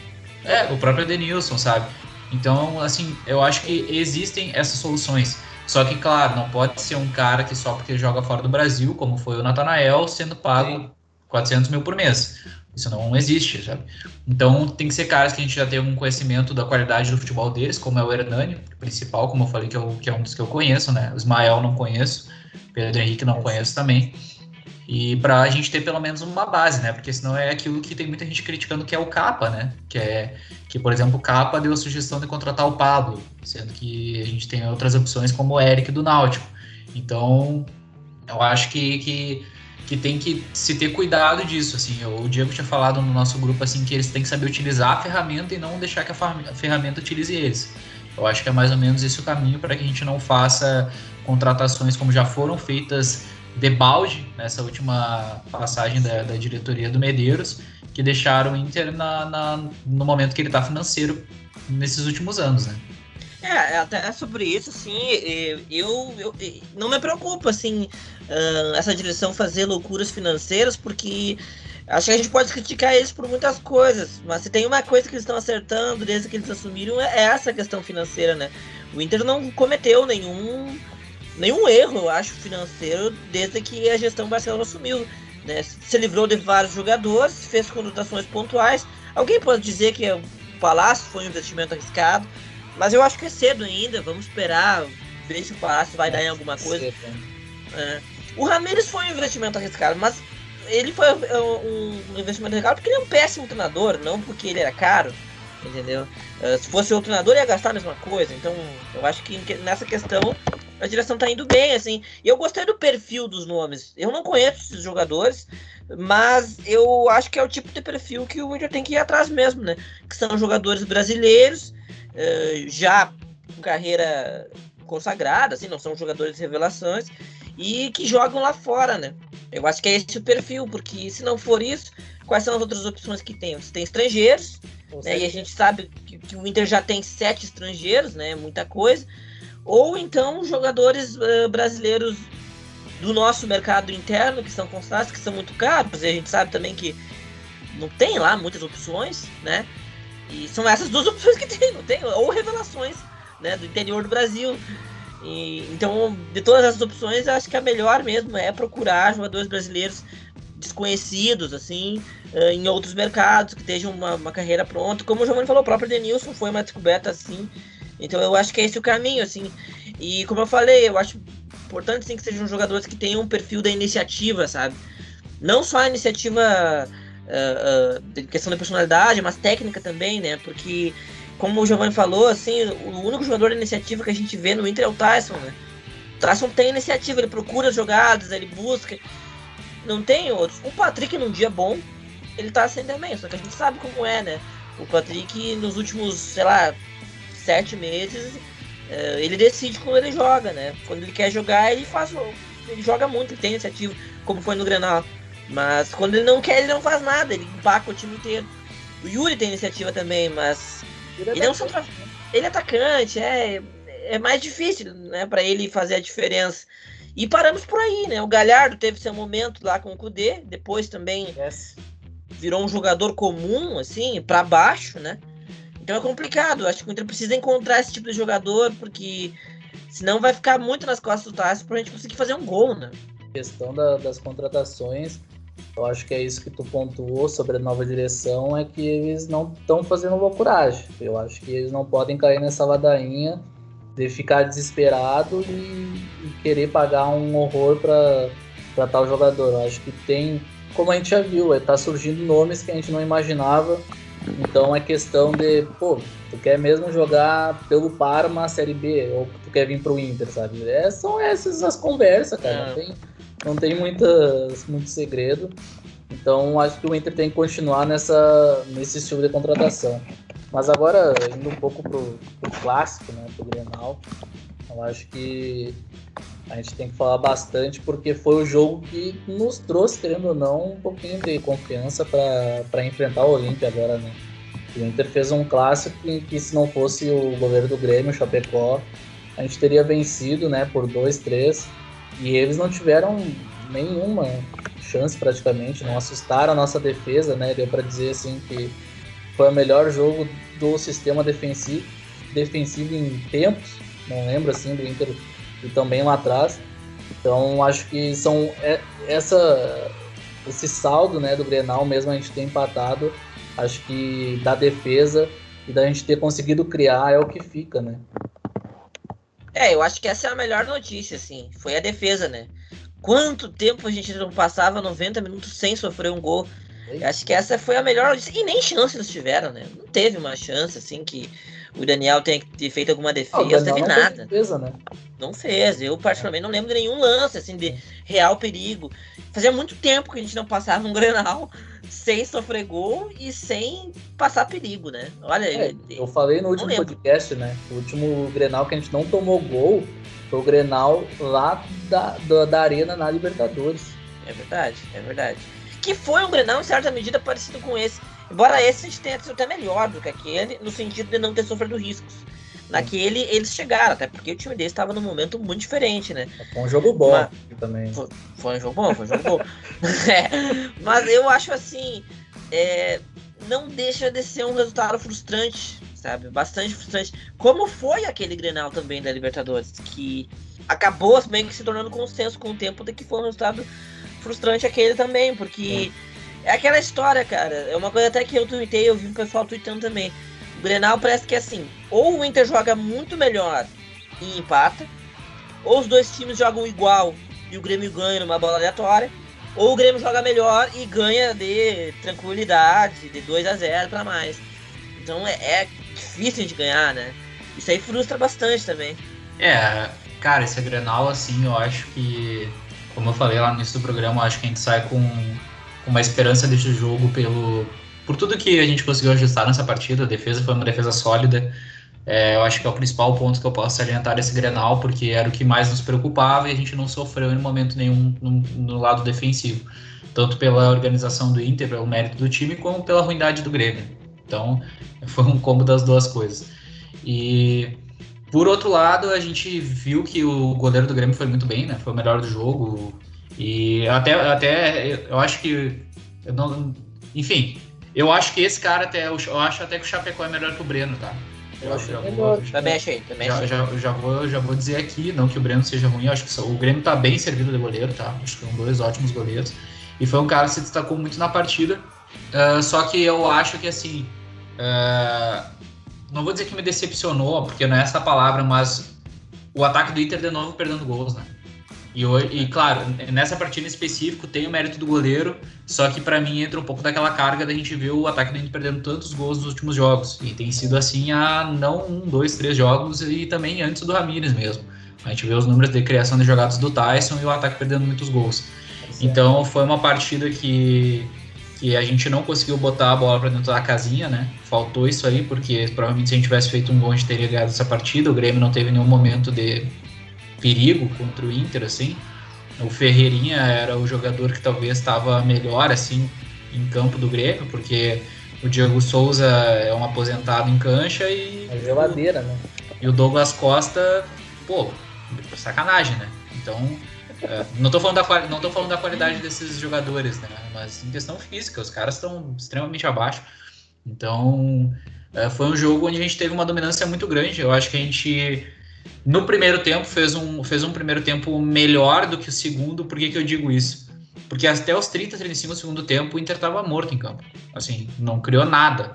o próprio Edenilson, sabe? Então, assim, eu acho que existem essas soluções. Só que, claro, não pode ser um cara que só porque joga fora do Brasil, como foi o Natanael, sendo pago 400 mil por mês. Isso não existe, sabe? Então, tem que ser caras que a gente já tem algum conhecimento da qualidade do futebol deles, como é o Hernani, principal, como eu falei, que é um dos que eu conheço, né? O Ismael não conheço, Pedro Henrique não conheço também. E pra gente ter pelo menos uma base, né? Porque senão é aquilo que tem muita gente criticando, que é o Capa, né? Que por exemplo, o Capa deu a sugestão de contratar o Pablo, sendo que a gente tem outras opções como o Eric do Náutico. Então, eu acho que que tem que se ter cuidado disso, assim. O Diego tinha falado no nosso grupo, assim, que eles têm que saber utilizar a ferramenta e não deixar que a ferramenta utilize eles. Eu acho que é mais ou menos esse o caminho para que a gente não faça contratações como já foram feitas de balde nessa última passagem da diretoria do Medeiros, que deixaram o Inter no momento que ele está financeiro nesses últimos anos, né? Até sobre isso, assim, eu não me preocupa, assim, essa direção fazer loucuras financeiras, porque acho que a gente pode criticar eles por muitas coisas, mas se tem uma coisa que eles estão acertando desde que eles assumiram, é essa questão financeira, né? O Inter não cometeu nenhum erro, eu acho, financeiro, desde que a gestão Barcelona assumiu, né? Se livrou de vários jogadores, fez contratações pontuais. Alguém pode dizer que o Palácio foi um investimento arriscado, mas eu acho que é cedo ainda, vamos esperar, ver se o Palácio vai dar em alguma coisa. O Ramires foi um investimento arriscado, mas ele foi um investimento arriscado porque ele é um péssimo treinador, não porque ele era caro, entendeu? Se fosse outro treinador, ia gastar a mesma coisa. Então, eu acho que nessa questão a direção tá indo bem, assim. E eu gostei do perfil dos nomes. Eu não conheço esses jogadores, mas eu acho que é o tipo de perfil que o Inter tem que ir atrás mesmo, né? Que são jogadores brasileiros, já com carreira consagrada, assim, não são jogadores de revelações, e que jogam lá fora, né? Eu acho que é esse o perfil, porque se não for isso, quais são as outras opções que tem? Você tem estrangeiros, né? E a gente sabe que o Inter já tem 7 estrangeiros, né? Muita coisa. Ou então jogadores brasileiros do nosso mercado interno, que são constantes, que são muito caros, e a gente sabe também que não tem lá muitas opções, né? E são essas duas opções que tem, não tem? Ou revelações, né, do interior do Brasil. Então, de todas as opções, eu acho que a melhor mesmo é procurar jogadores brasileiros desconhecidos, assim, em outros mercados, que estejam uma carreira pronta. Como o Giovanni falou, o próprio Denilson foi uma descoberta, assim. Então, eu acho que é esse o caminho, assim. E, como eu falei, eu acho importante, sim, que sejam jogadores que tenham um perfil da iniciativa, sabe? Não só a iniciativa de questão da personalidade, mas técnica também, né? Porque, como o Giovanni falou, assim, o único jogador de iniciativa que a gente vê no Inter é o Tyson, né? O Tyson tem iniciativa, ele procura as jogadas, ele busca. Não tem outros. O Patrick, num dia bom, ele tá assim também, só que a gente sabe como é, né? O Patrick, nos últimos, sei lá, 7 meses, ele decide quando ele joga, né? Quando ele quer jogar, ele joga muito, ele tem iniciativa, como foi no Grenal. Mas quando ele não quer, ele não faz nada, ele empaca o time inteiro. O Yuri tem iniciativa também, mas ele é atacante, é mais difícil, né, para ele fazer a diferença. E paramos por aí, né? O Galhardo teve seu momento lá com o Kudê, depois também virou um jogador comum, assim, para baixo, né? Então é complicado, acho que o Inter precisa encontrar esse tipo de jogador, porque senão vai ficar muito nas costas do Tássio pra gente conseguir fazer um gol, né? A questão das contratações, eu acho que é isso que tu pontuou sobre a nova direção, é que eles não estão fazendo loucuragem. Eu acho que eles não podem cair nessa ladainha de ficar desesperado e querer pagar um horror para tal jogador. Eu acho que tem, como a gente já viu, tá surgindo nomes que a gente não imaginava. Então é questão de, tu quer mesmo jogar pelo Parma a Série B, ou tu quer vir pro Inter, sabe? São essas as conversas, cara. Não tem muito segredo. Então acho que o Inter tem que continuar nesse estilo de contratação. Mas agora, indo um pouco pro clássico, né, pro Grenal, eu acho que a gente tem que falar bastante, porque foi o jogo que nos trouxe, querendo ou não, um pouquinho de confiança para enfrentar o Olímpia agora, né? O Inter fez um clássico que se não fosse o goleiro do Grêmio, o Chapecó, a gente teria vencido, né, por 2-3, e eles não tiveram nenhuma chance praticamente, não assustaram a nossa defesa, né? Deu para dizer assim que foi o melhor jogo do sistema defensivo em tempos, não lembro assim do Inter e também lá atrás. Então acho que esse saldo, né, do Grenal, mesmo a gente ter empatado, acho que da defesa e da gente ter conseguido criar é o que fica, né? Eu acho que essa é a melhor notícia, assim, foi a defesa, né? Quanto tempo a gente não passava 90 minutos sem sofrer um gol? Eu acho que essa foi a melhor notícia. E nem chance eles tiveram, né? Não teve uma chance, assim, que o Daniel tenha feito alguma defesa, O Daniel teve não nada. fez defesa, né? Não fez. Eu, particularmente, não lembro de nenhum lance, assim, de real perigo. Fazia muito tempo que a gente não passava um Grenal sem sofrer gol e sem passar perigo, né? Olha, eu falei no último podcast, né? O último Grenal que a gente não tomou gol foi o Grenal lá da Arena na Libertadores. É verdade. Que foi um Grenal, em certa medida, parecido com esse. Embora esse a gente tenha sido até melhor do que aquele, no sentido de não ter sofrido riscos. Naquele, eles chegaram, até porque o time deles estava num momento muito diferente, né? Foi um jogo bom também. Foi um jogo bom. Mas eu acho assim, não deixa de ser um resultado frustrante, sabe? Bastante frustrante. Como foi aquele Grenal também da Libertadores, que acabou meio que se tornando consenso com o tempo de que foi um resultado frustrante aquele também, porque é aquela história, cara. É uma coisa até que eu tuitei, eu vi o pessoal tuitando também. O Grenal parece que é assim, ou o Inter joga muito melhor e empata, ou os dois times jogam igual e o Grêmio ganha numa bola aleatória, ou o Grêmio joga melhor e ganha de tranquilidade, de 2-0 para mais. Então é difícil de ganhar, né? Isso aí frustra bastante também. Cara, esse Grenal, assim, eu acho que, como eu falei lá no início do programa, eu acho que a gente sai com uma esperança desse jogo por tudo que a gente conseguiu ajustar nessa partida. A defesa foi uma defesa sólida. Eu acho que é o principal ponto que eu posso salientar desse Grenal, porque era o que mais nos preocupava e a gente não sofreu em momento nenhum no lado defensivo. Tanto pela organização do Inter, pelo mérito do time, como pela ruindade do Grêmio. Então, foi um combo das duas coisas. E, por outro lado, a gente viu que o goleiro do Grêmio foi muito bem, né? Foi o melhor do jogo. E até eu acho que... Enfim, eu acho que esse cara eu acho até que o Chapecó é melhor que o Breno, tá? Também achei. Já vou dizer aqui, não que o Breno seja ruim, eu acho que o Grêmio tá bem servido de goleiro, tá? Acho que são dois ótimos goleiros. E foi um cara que se destacou muito na partida. Só que eu acho que, assim, não vou dizer que me decepcionou, porque não é essa palavra, mas o ataque do Inter de novo perdendo gols, né? E claro, nessa partida em específico tem o mérito do goleiro, só que pra mim entra um pouco daquela carga da gente ver o ataque do Inter perdendo tantos gols nos últimos jogos. E tem sido assim há não 1, 2, 3 jogos e também antes do Ramires mesmo. A gente vê os números de criação de jogadas do Tyson e o ataque perdendo muitos gols. Então foi uma partida que a gente não conseguiu botar a bola pra dentro da casinha, né? Faltou isso aí, porque provavelmente se a gente tivesse feito um gol a gente teria ganhado essa partida. O Grêmio não teve nenhum momento de perigo contra o Inter, assim. O Ferreirinha era o jogador que talvez estava melhor, assim, em campo do Grêmio, porque o Diego Souza é um aposentado em cancha e... É geladeira, né? E o Douglas Costa, sacanagem, né? Então, não tô falando da qualidade desses jogadores, né? Mas em questão física, os caras estão extremamente abaixo. Então, foi um jogo onde a gente teve uma dominância muito grande. Eu acho que a gente... No primeiro tempo, fez um primeiro tempo melhor do que o segundo. Por que eu digo isso? Porque até os 30, 35 do segundo tempo, o Inter estava morto em campo. Assim, não criou nada.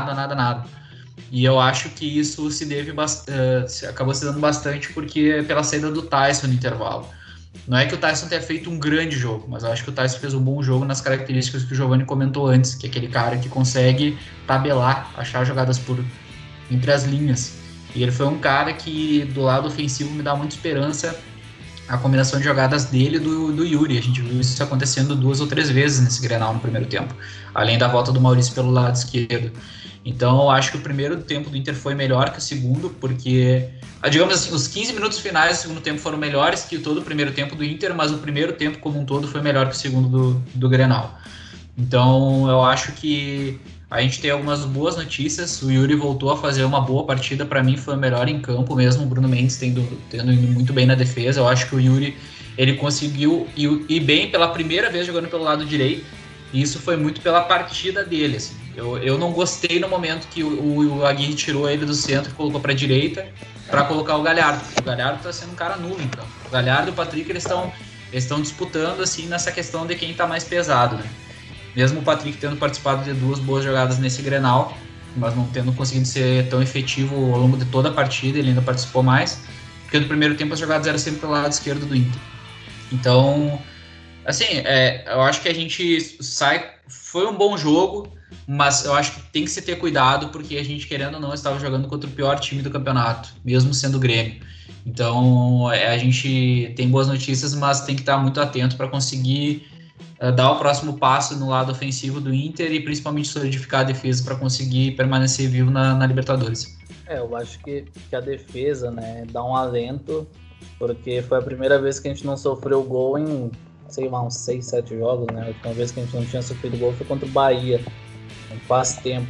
E eu acho que isso acabou se dando bastante porque pela saída do Tyson no intervalo. Não é que o Tyson tenha feito um grande jogo, mas eu acho que o Tyson fez um bom jogo nas características que o Giovanni comentou antes, que é aquele cara que consegue tabelar, achar jogadas entre as linhas. E ele foi um cara que, do lado ofensivo, me dá muita esperança a combinação de jogadas dele e do Yuri. A gente viu isso acontecendo 2 ou 3 vezes nesse Grenal no primeiro tempo, além da volta do Maurício pelo lado esquerdo. Então, eu acho que o primeiro tempo do Inter foi melhor que o segundo, porque, digamos assim, os 15 minutos finais do segundo tempo foram melhores que todo o primeiro tempo do Inter, mas o primeiro tempo como um todo foi melhor que o segundo do Grenal. Então, eu acho que a gente tem algumas boas notícias. O Yuri voltou a fazer uma boa partida. Para mim foi o melhor em campo mesmo. O Bruno Mendes tendo ido muito bem na defesa. Eu acho que o Yuri ele conseguiu ir bem pela primeira vez jogando pelo lado direito. E isso foi muito pela partida dele. Assim. Eu não gostei no momento que o Aguirre tirou ele do centro e colocou para a direita para colocar o Galhardo. O Galhardo está sendo um cara nulo em campo. O Galhardo e o Patrick eles estão disputando assim, nessa questão de quem está mais pesado, né? Mesmo o Patrick tendo participado de 2 boas jogadas nesse Grenal, mas não tendo conseguido ser tão efetivo ao longo de toda a partida, ele ainda participou mais, porque no primeiro tempo as jogadas eram sempre pelo lado esquerdo do Inter. Então, assim, eu acho que a gente foi um bom jogo, mas eu acho que tem que se ter cuidado, porque a gente, querendo ou não, estava jogando contra o pior time do campeonato, mesmo sendo o Grêmio. Então, a gente tem boas notícias, mas tem que estar muito atento para conseguir dar o próximo passo no lado ofensivo do Inter e principalmente solidificar a defesa para conseguir permanecer vivo na Libertadores. Eu acho que a defesa, né, dá um alento, porque foi a primeira vez que a gente não sofreu gol em, sei lá, uns 6, 7 jogos, né? A última vez que a gente não tinha sofrido gol foi contra o Bahia, faz tempo.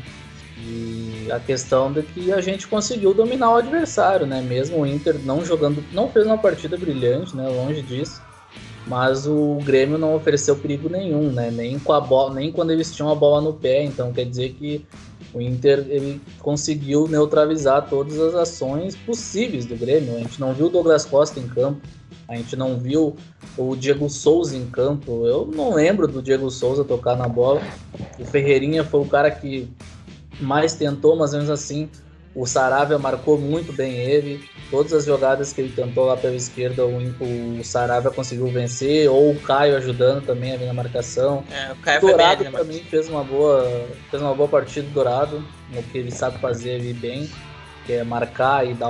E a questão de que a gente conseguiu dominar o adversário, né? Mesmo o Inter não fez uma partida brilhante, né? Longe disso. Mas o Grêmio não ofereceu perigo nenhum, né? Nem com a bola, nem quando eles tinham a bola no pé. Então quer dizer que o Inter ele conseguiu neutralizar todas as ações possíveis do Grêmio. A gente não viu o Douglas Costa em campo, a gente não viu o Diego Souza em campo. Eu não lembro do Diego Souza tocar na bola. O Ferreirinha foi o cara que mais tentou, mas mesmo assim o Saravia marcou muito bem ele. Todas as jogadas que ele tentou lá pela esquerda, o Saravia conseguiu vencer, ou o Caio ajudando também ali na marcação. O Caio Dourado foi bem, também fez uma boa partida, Dourado, no que ele sabe fazer ali bem, que é marcar e dar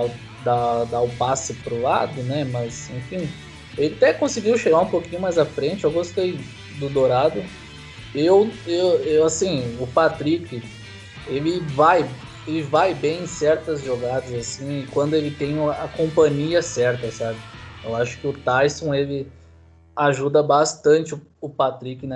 o passe pro lado, né? Mas, enfim, ele até conseguiu chegar um pouquinho mais à frente. Eu gostei do Dourado. Eu assim, o Patrick, ele vai bem em certas jogadas, assim, quando ele tem a companhia certa, sabe? Eu acho que o Tyson, ele ajuda bastante o Patrick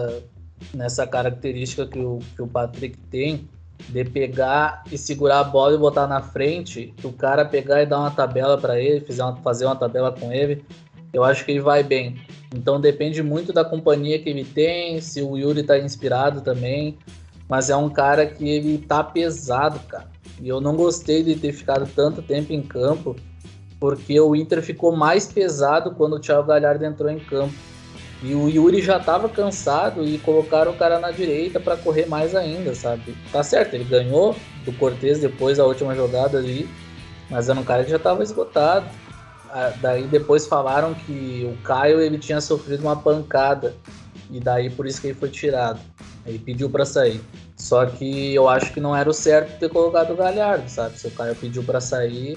nessa característica que o Patrick tem, de pegar e segurar a bola e botar na frente, o cara pegar e dar uma tabela para ele, fazer uma tabela com ele. Eu acho que ele vai bem. Então depende muito da companhia que ele tem, se o Yuri tá inspirado também. Mas é um cara que ele tá pesado, cara. E eu não gostei de ter ficado tanto tempo em campo, porque o Inter ficou mais pesado quando o Thiago Galhardo entrou em campo. E o Yuri já tava cansado e colocaram o cara na direita para correr mais ainda, sabe? Tá certo, ele ganhou do Cortez depois da última jogada ali, mas era um cara que já tava esgotado. Daí depois falaram que o Caio ele tinha sofrido uma pancada, e daí por isso que ele foi tirado. Ele pediu para sair. Só que eu acho que não era o certo ter colocado o Galhardo, sabe? Se o Caio pediu para sair,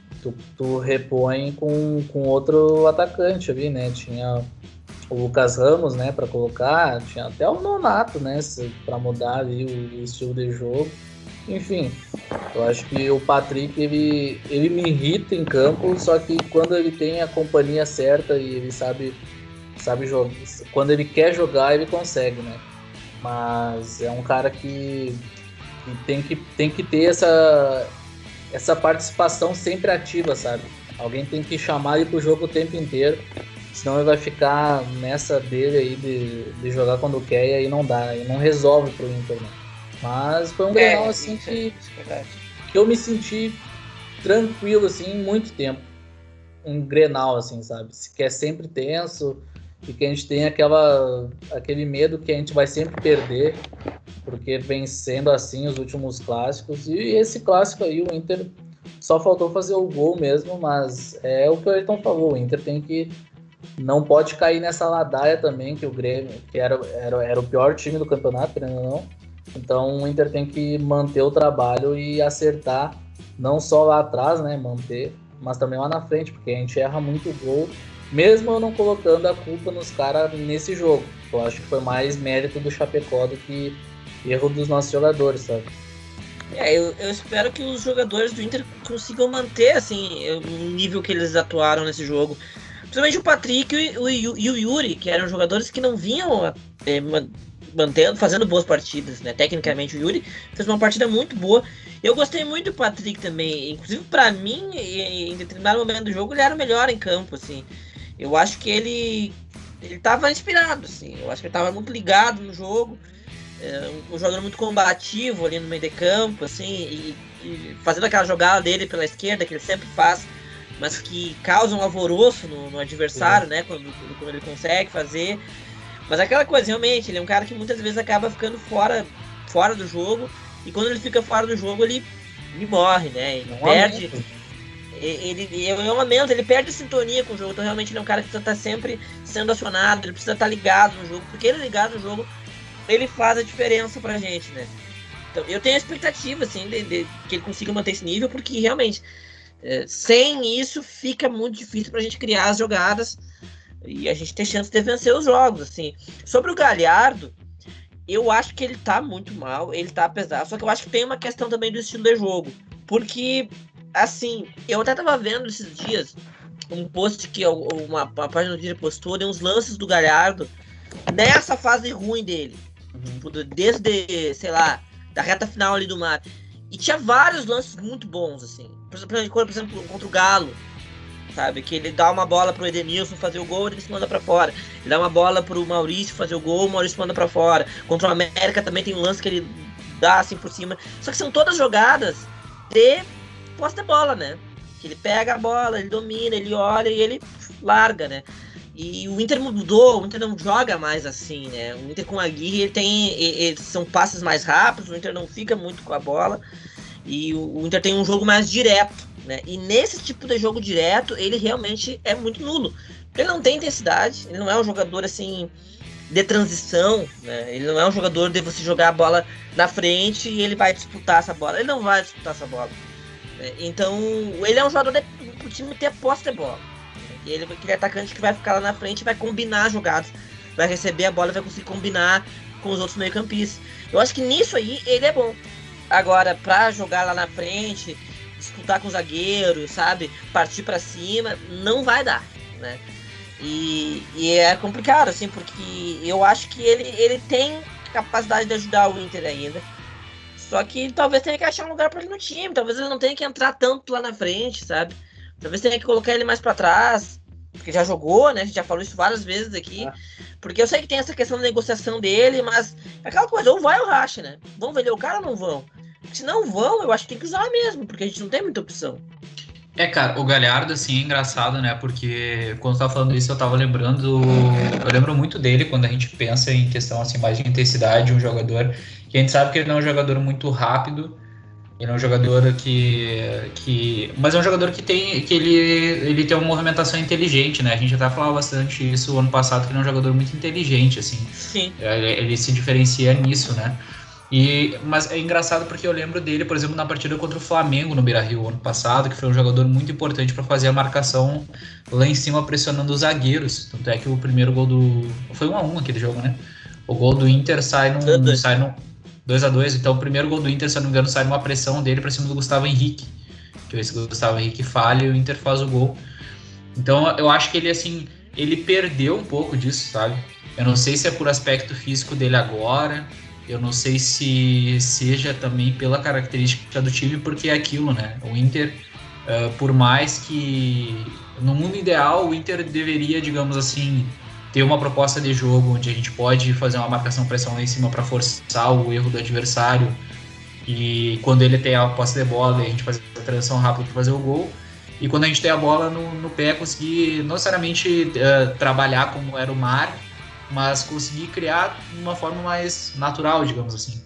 tu repõe com outro atacante ali, né? Tinha o Lucas Ramos, né, para colocar, tinha até o Nonato, né, para mudar ali o estilo de jogo. Enfim, eu acho que o Patrick, ele me irrita em campo, só que quando ele tem a companhia certa e ele sabe jogar, quando ele quer jogar, ele consegue, né? Mas é um cara que tem que ter essa participação sempre ativa, sabe? Alguém tem que chamar ele pro jogo o tempo inteiro, senão ele vai ficar nessa dele aí de jogar quando quer, e aí não dá, e não resolve pro Inter, né? Mas foi um Grenal assim que eu me senti tranquilo assim em muito tempo. Um Grenal assim, sabe? Que é sempre tenso e que a gente tem aquele medo que a gente vai sempre perder, porque vem sendo assim os últimos clássicos. E esse clássico aí, o Inter só faltou fazer o gol mesmo, mas é o que o Ayrton falou, o Inter não pode cair nessa ladaia também, que o Grêmio, que era o pior time do campeonato, querendo ou não. Então o Inter tem que manter o trabalho e acertar, não só lá atrás, né, manter, mas também lá na frente, porque a gente erra muito gol, mesmo eu não colocando a culpa nos caras nesse jogo. Eu acho que foi mais mérito do Chapecó do que erro dos nossos jogadores, sabe? Eu espero que os jogadores do Inter consigam manter assim, o nível que eles atuaram nesse jogo. Principalmente o Patrick e o Yuri, que eram jogadores que não vinham fazendo boas partidas, né? Tecnicamente o Yuri fez uma partida muito boa. Eu gostei muito do Patrick também. Inclusive, pra mim, em determinado momento do jogo, ele era o melhor em campo, assim. Eu acho que ele tava inspirado, assim. Eu acho que ele tava muito ligado no jogo. Um jogador muito combativo ali no meio de campo, assim, e fazendo aquela jogada dele pela esquerda, que ele sempre faz, mas que causa um alvoroço no adversário, né, quando ele consegue fazer. Mas aquela coisa, realmente, ele é um cara que muitas vezes acaba ficando fora do jogo, e quando ele fica fora do jogo, ele morre, né, ele perde... É um lamento, ele perde a sintonia com o jogo. Então realmente ele é um cara que precisa estar sempre sendo acionado, ele precisa estar ligado no jogo, porque ele ligado no jogo ele faz a diferença pra gente, né? Então, eu tenho a expectativa, assim, de que ele consiga manter esse nível, porque realmente, sem isso, fica muito difícil pra gente criar as jogadas e a gente ter chance de vencer os jogos, assim. Sobre o Galhardo, eu acho que ele tá muito mal, ele tá pesado, só que eu acho que tem uma questão também do estilo de jogo, porque, assim, eu até tava vendo esses dias um post que uma página do Twitter postou, de uns lances do Galhardo nessa fase ruim dele, tipo, desde, sei lá, da reta final ali do Mar, e tinha vários lances muito bons, assim, por exemplo, contra o Galo, sabe, que ele dá uma bola pro Edenilson fazer o gol, ele se manda pra fora, ele dá uma bola pro Maurício fazer o gol, o Maurício manda pra fora, contra o América também tem um lance que ele dá assim por cima, só que são todas jogadas de posse de bola, né, que ele pega a bola, ele domina, ele olha e ele larga, né. E o Inter mudou, o Inter não joga mais assim, né? O Inter com a Aguirre, são passes mais rápidos, o Inter não fica muito com a bola. E o Inter tem um jogo mais direto, né? E nesse tipo de jogo direto, ele realmente é muito nulo. Ele não tem intensidade, ele não é um jogador assim de transição, né? Ele não é um jogador de você jogar a bola na frente e ele vai disputar essa bola. Ele não vai disputar essa bola, né? Então, ele é um jogador pro time ter posse de bola. Ele é aquele atacante que vai ficar lá na frente e vai combinar jogadas, vai receber a bola e vai conseguir combinar com os outros meio-campistas. Eu acho que nisso aí ele é bom. Agora, pra jogar lá na frente, disputar com os zagueiros, sabe, partir pra cima, não vai dar, né? E é complicado, assim, porque eu acho que ele tem capacidade de ajudar o Inter ainda. Só que talvez tenha que achar um lugar pra ele no time, talvez ele não tenha que entrar tanto lá na frente, sabe? Talvez tenha que colocar ele mais pra trás, porque já jogou, né? A gente já falou isso várias vezes aqui. Porque eu sei que tem essa questão da negociação dele, mas é aquela coisa, ou vai ou racha, né? Vão vender o cara ou não vão? Se não vão, eu acho que tem que usar mesmo, porque a gente não tem muita opção. Cara, o Galhardo, assim, é engraçado, né? Porque quando eu tava falando isso, eu lembro muito dele quando a gente pensa em questão, assim, mais de intensidade, um jogador que a gente sabe que ele não é um jogador muito rápido. Ele é um jogador mas é um jogador que ele tem uma movimentação inteligente, né? A gente até falava bastante isso ano passado, que ele é um jogador muito inteligente, assim. Sim. Ele se diferencia nisso, né? Mas é engraçado porque eu lembro dele, por exemplo, na partida contra o Flamengo no Beira-Rio ano passado, que foi um jogador muito importante para fazer a marcação lá em cima, pressionando os zagueiros. Tanto é que o primeiro gol foi 1-1 aquele jogo, né? O gol do Inter sai no 2-2, então o primeiro gol do Inter, se eu não me engano, sai numa pressão dele pra cima do Gustavo Henrique, que esse Gustavo Henrique falha e o Inter faz o gol. Então eu acho que ele, assim, ele perdeu um pouco disso, sabe? Eu não sei se é por aspecto físico dele agora, eu não sei se seja também pela característica do time, porque é aquilo, né? O Inter, por mais que no mundo ideal o Inter deveria, digamos assim, ter uma proposta de jogo onde a gente pode fazer uma marcação-pressão lá em cima para forçar o erro do adversário, e quando ele tem a posse de bola, a gente fazer a transição rápida para fazer o gol, e quando a gente tem a bola no pé, conseguir não necessariamente trabalhar como era o Mar, mas conseguir criar de uma forma mais natural, digamos assim.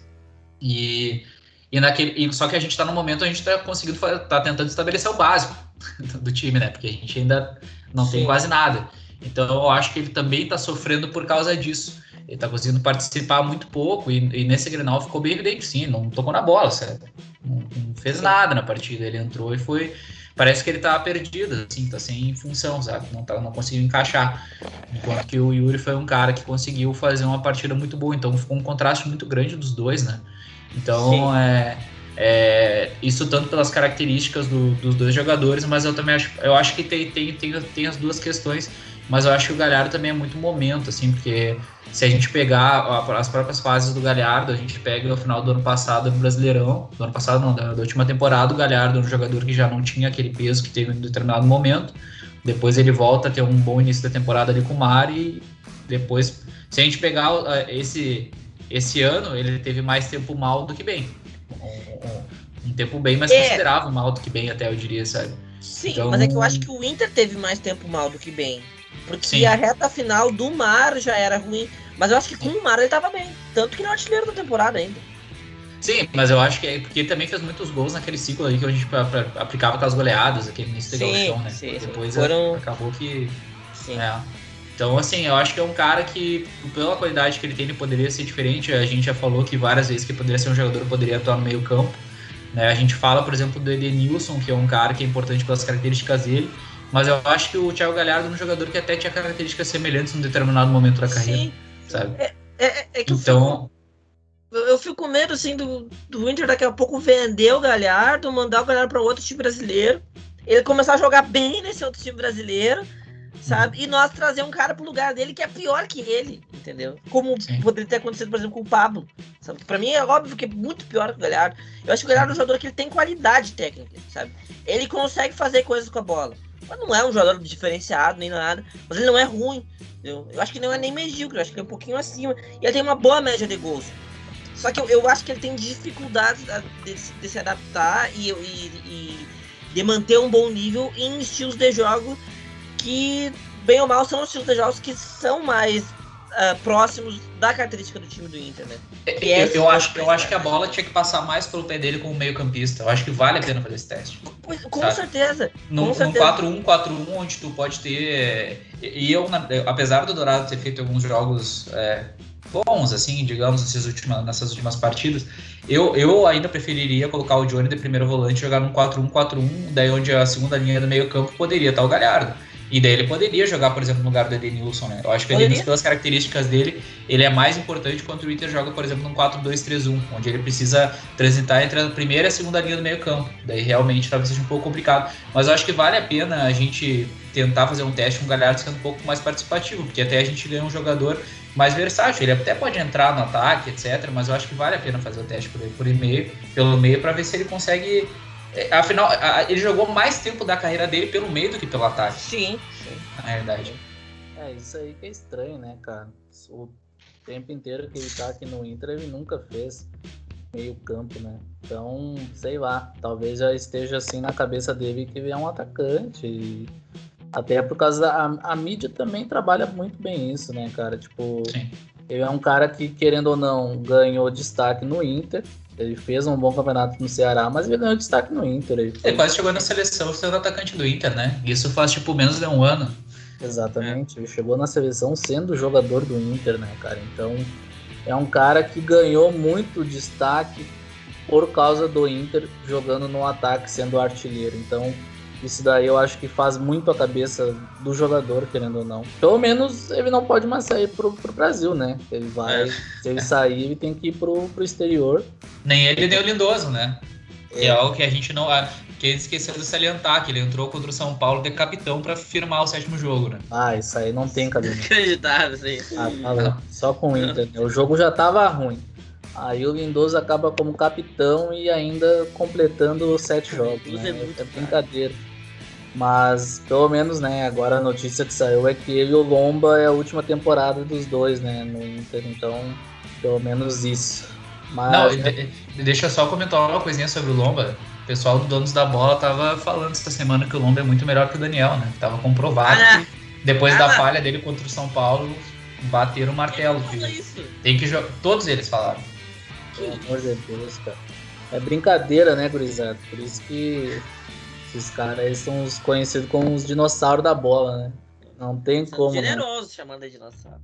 Só que a gente está no momento, a gente está conseguindo, tá tentando estabelecer o básico do time, né? Porque a gente ainda não tem quase nada. Então eu acho que ele também está sofrendo por causa disso. Ele está conseguindo participar muito pouco e nesse Grenal ficou bem evidente, sim, não tocou na bola, certo? Não fez nada na partida, ele entrou e foi... Parece que ele tá perdido, assim, tá sem função, sabe? Não conseguiu encaixar. Enquanto que o Yuri foi um cara que conseguiu fazer uma partida muito boa, então ficou um contraste muito grande dos dois, né? Então, isso tanto pelas características dos dois jogadores, mas eu acho que tem as duas questões, mas eu acho que o Galhardo também é muito momento, assim, porque se a gente pegar as próprias fases do Galhardo, a gente pega no final do ano passado no Brasileirão, do ano passado não, da última temporada, o Galhardo é um jogador que já não tinha aquele peso que teve em determinado momento, depois ele volta a ter um bom início da temporada ali com o Mar, e depois, se a gente pegar esse ano, ele teve mais tempo mal do que bem, um tempo bem mais considerável mal do que bem, até eu diria, sabe? Sim, então... mas é que eu acho que o Inter teve mais tempo mal do que bem. Porque a reta final do Mar já era ruim. Mas eu acho que com o Mar ele tava bem. Tanto que ele é o artilheiro da temporada ainda. Sim, mas eu acho que é porque ele também fez muitos gols naquele ciclo aí que a gente aplicava aquelas goleadas, aquele início de gauchão, né? Sim, depois foram... acabou que... Sim. Então, assim, eu acho que é um cara que, pela qualidade que ele tem, ele poderia ser diferente. A gente já falou que várias vezes que poderia ser um jogador que poderia atuar no meio campo. Né? A gente fala, por exemplo, do Edenilson, que é um cara que é importante pelas características dele. Mas eu acho que o Thiago Galhardo é um jogador que até tinha características semelhantes num determinado momento da carreira. Sim. Sabe? É que então... eu fico com medo, assim, do Inter daqui a pouco vender o Galhardo, mandar o Galhardo para outro time brasileiro, ele começar a jogar bem nesse outro time brasileiro, sabe? E nós trazer um cara pro lugar dele que é pior que ele, entendeu? Como poderia ter acontecido, por exemplo, com o Pablo, sabe? Que pra mim é óbvio que é muito pior que o Galhardo. Eu acho que o Galhardo é um jogador que ele tem qualidade técnica, sabe? Ele consegue fazer coisas com a bola. Mas não é um jogador diferenciado nem nada, mas ele não é ruim, entendeu? Eu acho que não é nem medíocre, eu acho que ele é um pouquinho acima. E ele tem uma boa média de gols. Só que eu acho que ele tem dificuldade de se adaptar e de manter um bom nível em estilos de jogo que, bem ou mal, são os estilos de jogos que são mais próximos da característica do time do Inter, né? Eu acho que a bola tinha que passar mais pelo pé dele como meio campista. Eu acho que vale a pena fazer esse teste. Com certeza. Num 4-1-4-1, onde tu pode ter... apesar do Dourado ter feito alguns jogos bons, assim, digamos, nessas últimas partidas, eu ainda preferiria colocar o Johnny de primeiro volante e jogar num 4-1-4-1, daí onde a segunda linha do meio campo poderia estar o Galhardo. E daí ele poderia jogar, por exemplo, no lugar do Edenilson, né? Eu acho que o Edenilson, pelas características dele, ele é mais importante quando o Inter joga, por exemplo, num 4-2-3-1, onde ele precisa transitar entre a primeira e a segunda linha do meio campo. Daí realmente talvez seja um pouco complicado. Mas eu acho que vale a pena a gente tentar fazer um teste com o Galhardo sendo um pouco mais participativo, porque até a gente ganha um jogador mais versátil. Ele até pode entrar no ataque, etc., mas eu acho que vale a pena fazer o teste pelo meio, para ver se ele consegue... Afinal, ele jogou mais tempo da carreira dele pelo meio do que pelo ataque. Sim. Na realidade. Isso aí que é estranho, né, cara? O tempo inteiro que ele tá aqui no Inter, ele nunca fez meio campo, né? Então, sei lá, talvez já esteja assim na cabeça dele que ele é um atacante. E até por causa a mídia também trabalha muito bem isso, né, cara? Tipo, sim. Ele é um cara que, querendo ou não, ganhou destaque no Inter. Ele fez um bom campeonato no Ceará, mas ele ganhou destaque no Inter. Ele quase chegou na seleção sendo atacante do Inter, né? Isso faz, menos de um ano. Exatamente. Ele chegou na seleção sendo jogador do Inter, né, cara? Então, é um cara que ganhou muito destaque por causa do Inter jogando no ataque, sendo artilheiro. Então, isso daí eu acho que faz muito a cabeça do jogador, querendo ou não. Pelo menos ele não pode mais sair pro Brasil, né? Ele vai, se ele sair, ele tem que ir pro exterior. Nem ele, nem o Lindoso, né? Que é algo que a gente não... Que ele esqueceu de salientar, que ele entrou contra o São Paulo de capitão pra firmar o 7º jogo, né? Isso aí não tem cabelo. Inacreditável, isso aí. Só com o Inter. O jogo já tava ruim. Aí o Lindoso acaba como capitão e ainda completando 7 jogos, né? É brincadeira. Mas, pelo menos, né, agora a notícia que saiu é que ele e o Lomba é a última temporada dos dois, né, no Inter. Então, pelo menos isso. Mas, não, deixa eu só comentar uma coisinha sobre o Lomba. O pessoal do Donos da Bola tava falando essa semana que o Lomba é muito melhor que o Daniel, né? Tava comprovado que depois da falha dele contra o São Paulo, bateram o martelo. Tem que jogar. Todos eles falaram. Pelo amor de Deus, cara. É brincadeira, né, gurizada? Por isso que esses caras são os conhecidos como os dinossauros da bola, né? Não tem como. Generoso, né? Chamando de dinossauro.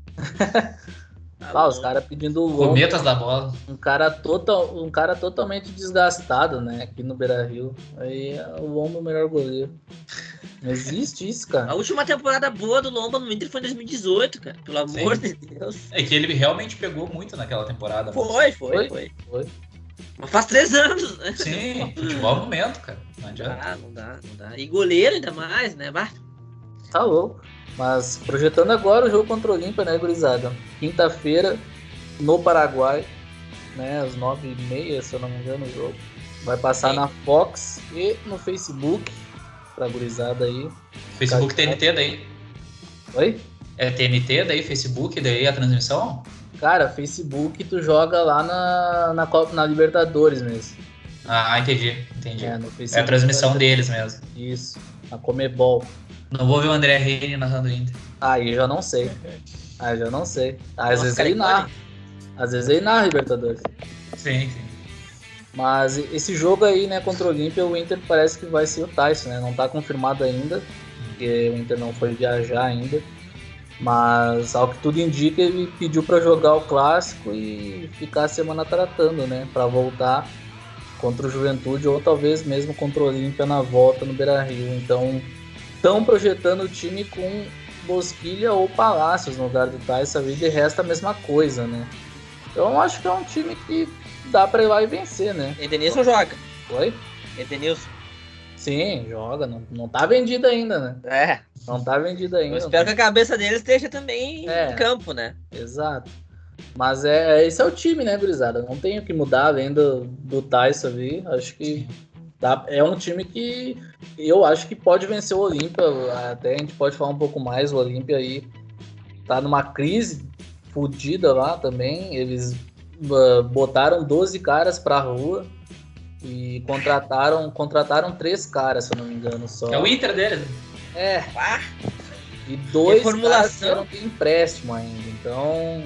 Os caras pedindo o cometas da bola. Um cara totalmente desgastado, né? Aqui no Beira-Rio. Aí o Lomba é o melhor goleiro. Não existe isso, cara. A última temporada boa do Lomba no Inter foi em 2018, cara. Pelo amor de Deus. É que ele realmente pegou muito naquela temporada. Foi. Mas faz 3 anos, né? Sim, futebol no momento, cara. Não adianta. Não dá. E goleiro ainda mais, né? Tá louco. Mas projetando agora o jogo contra o Olímpia, né, gurizada? Quinta-feira, no Paraguai, né, às 9h30, se eu não me engano, o jogo. Vai passar na Fox e no Facebook, pra gurizada aí. Facebook TNT daí. Oi? É TNT daí, Facebook daí a transmissão? Cara, Facebook tu joga lá na Libertadores mesmo. Entendi. No Facebook, é a transmissão deles mesmo. Isso, na Comebol. Não vou ver o André Reine narrando o Inter. Aí já não sei. Às vezes ele narra. Às vezes ele narra Libertadores. Sim. Mas esse jogo aí, né, contra o Olímpia, o Inter parece que vai ser o Tyson, né? Não tá confirmado ainda, porque o Inter não foi viajar ainda. Mas, ao que tudo indica, ele pediu para jogar o Clássico e ficar a semana tratando, né? Para voltar contra o Juventude ou talvez mesmo contra o Olímpia na volta no Beira-Rio. Então, estão projetando o time com Bosquilha ou Palácios no lugar do Taissa Vida e resta a mesma coisa, né? Então, eu acho que é um time que dá para ir lá e vencer, né? Edenilson joga. Oi? Edenilson. Sim, joga. Não tá vendido ainda, né? É. Não tá vendido ainda. Eu espero que a cabeça dele esteja também em campo, né? Exato. Mas esse é o time, né, gurizada? Não tem o que mudar além do Taissa ali. Acho que é um time que eu acho que pode vencer o Olímpia. Até a gente pode falar um pouco mais. O Olímpia aí tá numa crise fodida lá também. Eles botaram 12 caras pra rua e contrataram 3 caras, se eu não me engano, só. É o Inter deles. E 2 caras que eram de empréstimo ainda. Então,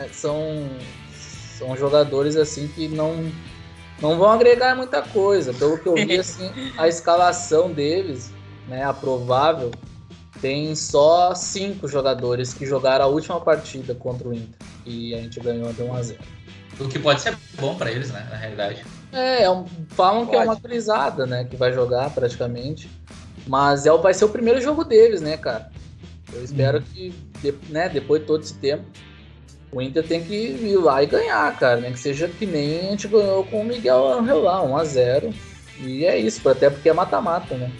são jogadores assim que não vão agregar muita coisa. Pelo que eu vi, assim, a escalação deles, né, a provável, tem só 5 jogadores que jogaram a última partida contra o Inter. E a gente ganhou de 1-0. O que pode ser bom pra eles, né, na realidade. Falam que é uma crisada, né, que vai jogar praticamente. Mas vai ser o primeiro jogo deles, né, cara? Eu espero que, né, depois de todo esse tempo, o Inter tem que ir lá e ganhar, cara. Nem que seja que nem a gente ganhou com o Miguel Angel lá, 1-0. E é isso, até porque é mata-mata, né?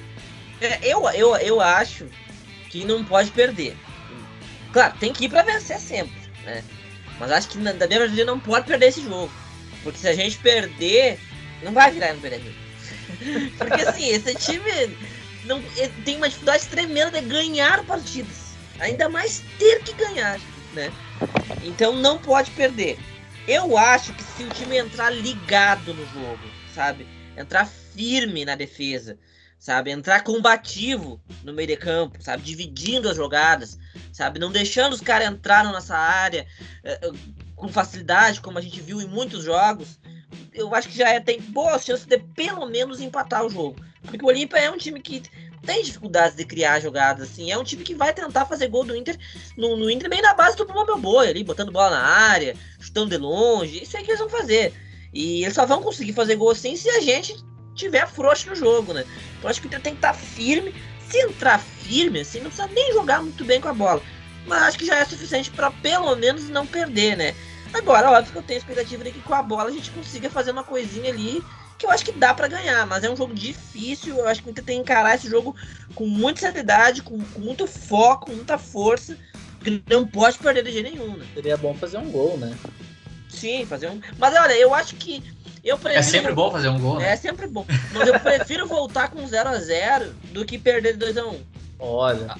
Eu acho que não pode perder. Claro, tem que ir pra vencer sempre, né? Mas acho que da minha verdade não pode perder esse jogo. Porque se a gente perder, não vai virar no Beira-Rio. Porque assim, esse time tem uma dificuldade tremenda de ganhar partidas. Ainda mais ter que ganhar, né? Então não pode perder. Eu acho que se o time entrar ligado no jogo, sabe? Entrar firme na defesa, sabe? Entrar combativo no meio de campo, sabe? Dividindo as jogadas, sabe? Não deixando os caras entrar na nossa área com facilidade, como a gente viu em muitos jogos. Eu acho que já tem boas chances de pelo menos empatar o jogo. Porque o Olímpia é um time que tem dificuldades de criar jogadas, assim. É um time que vai tentar fazer gol do Inter no Inter bem na base do meu boi ali, botando bola na área, chutando de longe. Isso é que eles vão fazer. E eles só vão conseguir fazer gol assim se a gente tiver frouxo no jogo, né? Então acho que o Inter tem que estar firme. Se entrar firme, assim, não precisa nem jogar muito bem com a bola. Mas acho que já é suficiente para pelo menos não perder, né? Agora, óbvio que eu tenho expectativa de que com a bola a gente consiga fazer uma coisinha ali que eu acho que dá pra ganhar, mas é um jogo difícil. Eu acho que o Inter tem que encarar esse jogo com muita seriedade, com muito foco, com muita força, porque não pode perder de jeito nenhum, né? Seria bom fazer um gol, né? Sim, fazer um... Mas olha, eu acho que eu prefiro... É sempre bom fazer um gol, né? É sempre bom, mas eu prefiro voltar com 0-0 do que perder de 2-1. Olha...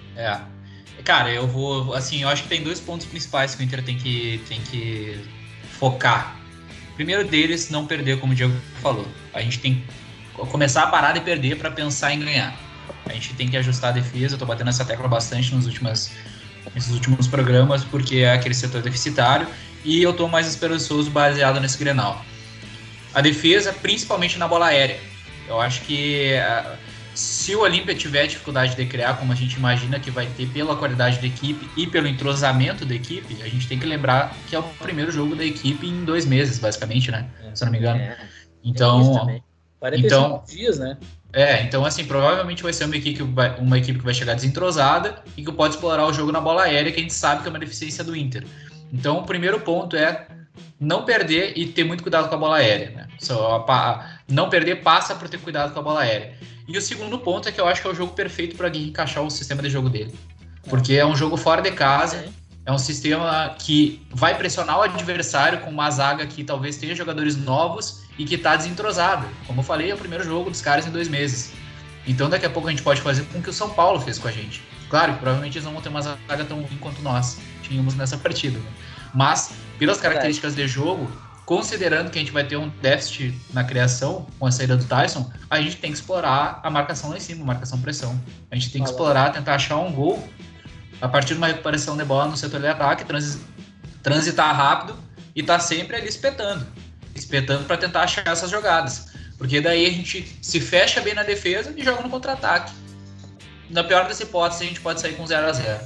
Cara, eu vou... Assim, eu acho que tem 2 pontos principais que o Inter tem que focar. O primeiro deles, não perder, como o Diego falou. A gente tem que começar a parar de perder para pensar em ganhar. A gente tem que ajustar a defesa. Eu tô batendo essa tecla bastante nesses últimos programas, porque é aquele setor deficitário. E eu tô mais esperançoso baseado nesse Grenal. A defesa, principalmente na bola aérea. Eu acho que... se o Olímpia tiver dificuldade de criar, como a gente imagina que vai ter pela qualidade da equipe e pelo entrosamento da equipe, a gente tem que lembrar que é o primeiro jogo da equipe em 2 meses, basicamente, né? Se eu não me engano. Então, 45 dias, né? Então assim, provavelmente vai ser uma equipe que vai chegar desentrosada e que pode explorar o jogo na bola aérea, que a gente sabe que é uma deficiência do Inter. Então, o primeiro ponto é não perder e ter muito cuidado com a bola aérea, né? Não perder passa por ter cuidado com a bola aérea. E o segundo ponto é que eu acho que é o jogo perfeito para encaixar o sistema de jogo dele. Porque é um jogo fora de casa, é um sistema que vai pressionar o adversário com uma zaga que talvez tenha jogadores novos e que está desentrosada. Como eu falei, é o primeiro jogo dos caras em 2 meses. Então daqui a pouco a gente pode fazer com o que o São Paulo fez com a gente. Claro que provavelmente eles não vão ter uma zaga tão ruim quanto nós tínhamos nessa partida. Né? Mas, pelas características de jogo, considerando que a gente vai ter um déficit na criação com a saída do Tyson, a gente tem que explorar a marcação lá em cima, marcação-pressão. A gente tem que explorar, tentar achar um gol a partir de uma recuperação de bola no setor de ataque, transitar rápido e tá sempre ali espetando para tentar achar essas jogadas. Porque daí a gente se fecha bem na defesa e joga no contra-ataque. Na pior das hipóteses, a gente pode sair com 0-0.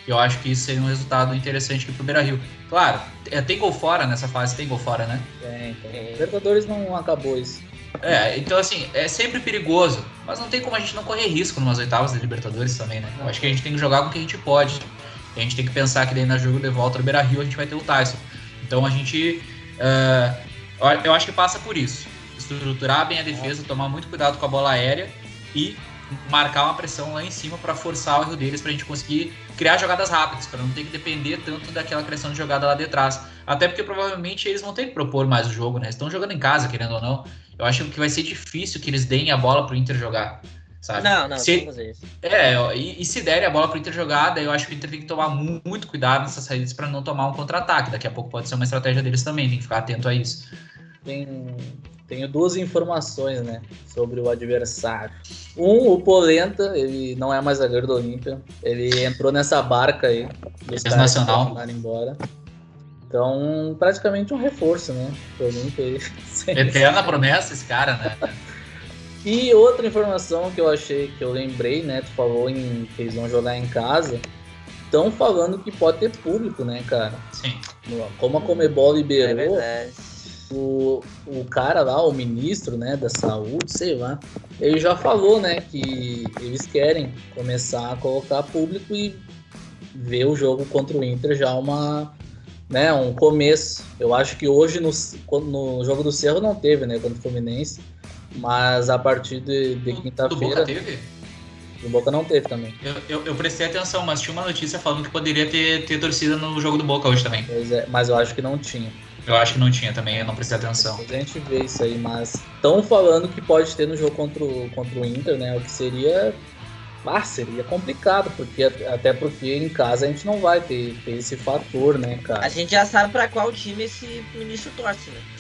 eu acho que isso seria um resultado interessante aqui pro Beira-Rio. Claro, tem gol fora nessa fase, tem gol fora, né? Tem. Libertadores não acabou isso. Então assim, é sempre perigoso, mas não tem como a gente não correr risco numas oitavas da Libertadores também, né? Eu acho que a gente tem que jogar com o que a gente pode. A gente tem que pensar que daí na jogo de volta do Beira-Rio a gente vai ter o Tyson. Então a gente, eu acho que passa por isso. Estruturar bem a defesa, tomar muito cuidado com a bola aérea e marcar uma pressão lá em cima para forçar o erro deles, para a gente conseguir criar jogadas rápidas, para não ter que depender tanto daquela criação de jogada lá de trás. Até porque provavelmente eles vão ter que propor mais o jogo, né? Eles estão jogando em casa, querendo ou não. Eu acho que vai ser difícil que eles deem a bola pro Inter jogar, sabe? Não vou fazer isso. E se derem a bola pro Inter jogar, daí eu acho que o Inter tem que tomar muito cuidado nessas saídas para não tomar um contra-ataque. Daqui a pouco pode ser uma estratégia deles também, tem que ficar atento a isso. Tenho 2 informações, né, sobre o adversário. O Polenta, ele não é mais zagueiro do Olímpia. Ele entrou nessa barca aí. Dos caras nacional. que mandaram embora. Então, praticamente um reforço, né, pro Olímpia. Eterna promessa esse cara, né? E outra informação que eu lembrei, né, tu falou que eles vão jogar em casa. Estão falando que pode ter público, né, cara? Sim. Como a Conmebol liberou... É verdade. O cara lá, o ministro, né, da saúde, sei lá, ele já falou, né, que eles querem começar a colocar público e ver o jogo contra o Inter já um começo. Eu acho que hoje no jogo do Cerro não teve, né, contra o Fluminense, mas a partir de quinta-feira... Do Boca teve? Do Boca não teve também. Eu prestei atenção, mas tinha uma notícia falando que poderia ter torcida no jogo do Boca hoje também. Pois é, mas eu acho que não tinha. Eu acho que não tinha também, eu não prestei atenção. A gente vê isso aí, mas estão falando que pode ter no jogo contra o Inter, né? O que seria complicado, até porque em casa a gente não vai ter esse fator, né, cara? A gente já sabe pra qual time esse ministro torce, né?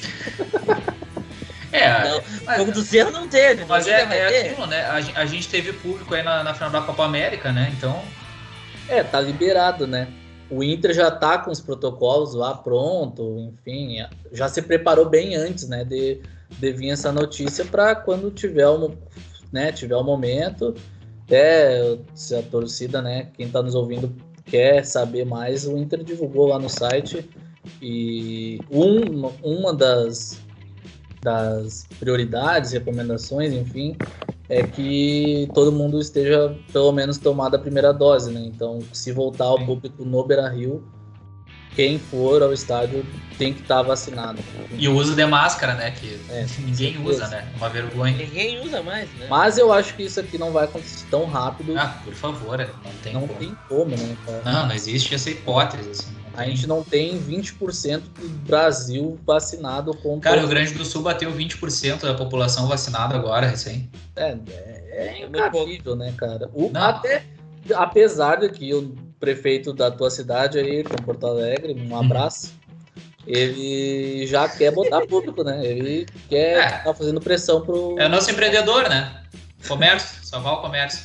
O jogo do Cerro não teve. Mas é aquilo, né? A gente teve público aí na final da Copa América, né? Então... tá liberado, né? O Inter já tá com os protocolos lá pronto, enfim, já se preparou bem antes, né, de vir essa notícia para quando tiver o momento, se a torcida, né, quem tá nos ouvindo quer saber mais, o Inter divulgou lá no site e uma das prioridades, recomendações, enfim, é que todo mundo esteja pelo menos tomado a primeira dose, né? Então, se voltar ao público no Beira-Rio, quem for ao estádio tem que estar vacinado. E o uso de máscara, né? Que ninguém usa, né? Uma vergonha. Ninguém usa mais, né? Mas eu acho que isso aqui não vai acontecer tão rápido. Por favor, não tem como, né, cara? Não existe essa hipótese, assim. A gente não tem 20% do Brasil vacinado com... Cara, o Rio Grande do Sul bateu 20% da população vacinada agora, recém. É incrível, né, cara? Até, apesar de que o prefeito da tua cidade aí, com Porto Alegre, um abraço, ele já quer botar público, né? Ele quer tá fazendo pressão pro... É o nosso empreendedor, né? Comércio, salvar o comércio.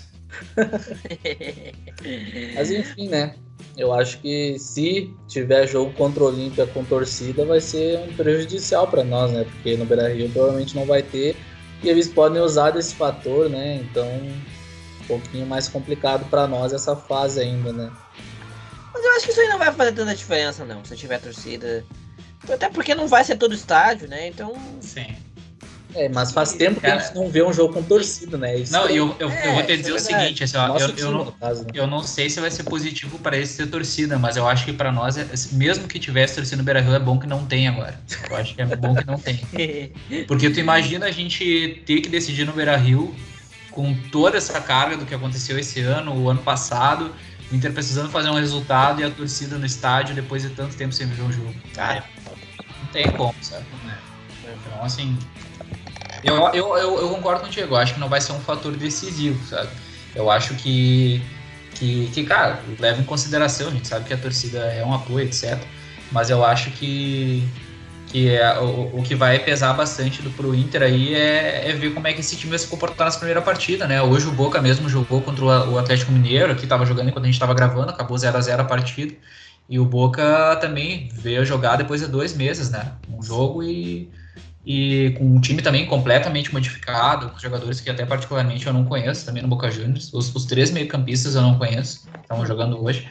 Mas enfim, né? Eu acho que se tiver jogo contra o Olímpia com torcida, vai ser um prejudicial para nós, né? Porque no Beira-Rio provavelmente não vai ter e eles podem usar desse fator, né? Então, um pouquinho mais complicado para nós essa fase ainda, né? Mas eu acho que isso aí não vai fazer tanta diferença, não, se tiver torcida. Até porque não vai ser todo estádio, né? Então... Sim. Mas faz tempo que a gente não vê um jogo com torcida, né? Isso eu vou te dizer o seguinte, assim, ó, eu não sei se vai ser positivo para esse ter torcida, mas eu acho que para nós, mesmo que tivesse torcida no Beira-Rio, é bom que não tenha agora. Eu acho que é bom que não tenha. Porque tu imagina a gente ter que decidir no Beira-Rio com toda essa carga do que aconteceu esse ano, o ano passado, o Inter precisando fazer um resultado e a torcida no estádio depois de tanto tempo sem ver um jogo. Cara, não tem como, sabe? Então, assim... Eu concordo contigo, eu acho que não vai ser um fator decisivo, sabe? Eu acho que cara, leva em consideração, a gente sabe que a torcida é um apoio, etc. Mas eu acho que o que vai pesar bastante pro Inter aí é ver como é que esse time vai se comportar nessa primeira partida, né? Hoje o Boca mesmo jogou contra o Atlético Mineiro, que estava jogando enquanto a gente estava gravando, acabou 0-0 a partida. E o Boca também veio jogar depois de 2 meses, né? Um jogo e com um time também completamente modificado, com jogadores que até particularmente eu não conheço, também no Boca Juniors. Os 3 meio-campistas eu não conheço, estavam jogando hoje.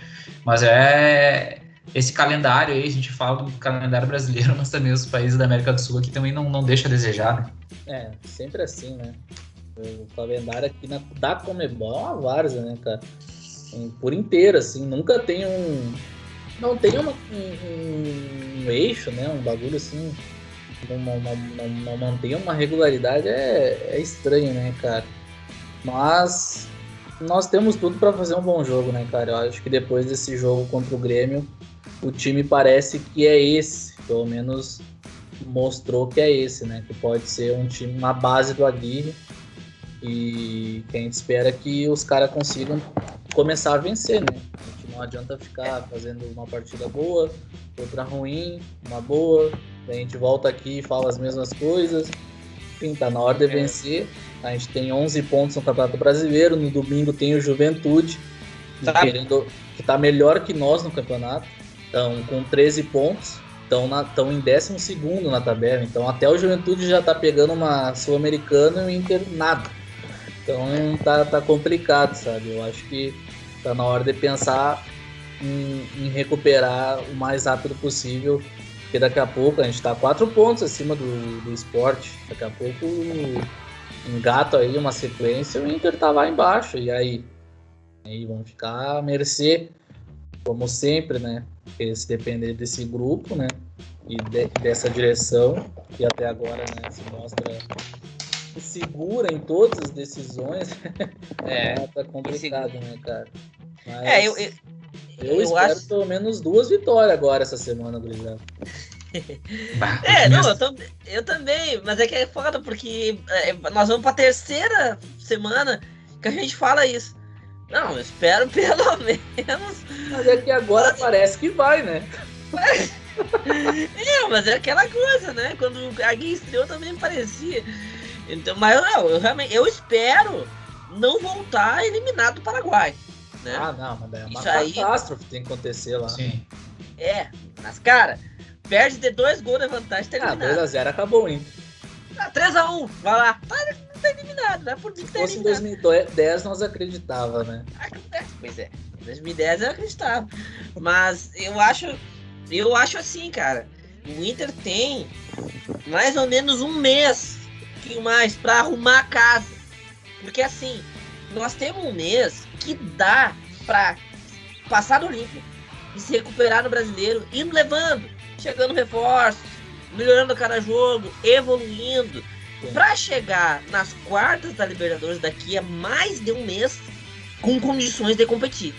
Mas é esse calendário aí, a gente fala do calendário brasileiro, mas também os países da América do Sul aqui também não deixa a desejar, né? Sempre assim, né? O calendário aqui da Conmebol é uma várzea, né, cara? Por inteiro, assim, nunca tem não tem um eixo, né? Um bagulho assim, não mantém uma regularidade, é estranho, né, cara? Mas nós temos tudo para fazer um bom jogo, né, cara? Eu acho que depois desse jogo contra o Grêmio, o time parece que é esse, pelo menos mostrou que é esse, né? Que pode ser um time, uma base do Aguirre, e que a gente espera que os caras consigam começar a vencer, né? Não adianta ficar fazendo uma partida boa, outra ruim, uma boa, a gente volta aqui e fala as mesmas coisas. Enfim, tá na hora de vencer. A gente tem 11 pontos no Campeonato Brasileiro, no domingo tem o Juventude, que tá melhor que nós no campeonato, então com 13 pontos, estão em 12º na tabela, então até o Juventude já tá pegando uma Sul-Americana e o Inter nada. Então tá complicado, sabe? Eu acho que tá na hora de pensar em recuperar o mais rápido possível, porque daqui a pouco a gente tá 4 pontos acima do Sport, daqui a pouco engata aí uma sequência e o Inter tá lá embaixo, e aí vão ficar à mercê, como sempre, né? Porque se depender desse grupo, né? E dessa direção, que até agora, né, se mostra segura em todas as decisões, tá complicado, né, cara? Mas eu espero pelo menos 2 vitórias agora essa semana, Guilherme. Eu também, mas é que é foda, porque nós vamos pra 3ª semana que a gente fala isso. Não, eu espero pelo menos. Mas é que agora parece que vai, né? Mas é aquela coisa, né? Quando a Gui estreou também parecia. Então, mas eu espero não voltar eliminado do Paraguai, né? Não, mas é uma catástrofe que tem que acontecer lá. Sim. Mas cara, perde de 2 gols de vantagem, tá eliminado. 2-0 acabou, hein? 3-1, vai lá. Tá eliminado, né? Por que tá eliminado. Se fosse em 2010 nós acreditava, né? Pois é, em 2010 eu acreditava. Mas eu acho assim, cara, o Inter tem mais ou menos um mês, um pouquinho mais, pra arrumar a casa. Porque assim, nós temos um mês que dá pra passar do Olímpia e se recuperar no Brasileiro, indo levando, chegando reforços, melhorando cada jogo, evoluindo, pra chegar nas quartas da Libertadores daqui a mais de um mês com condições de competir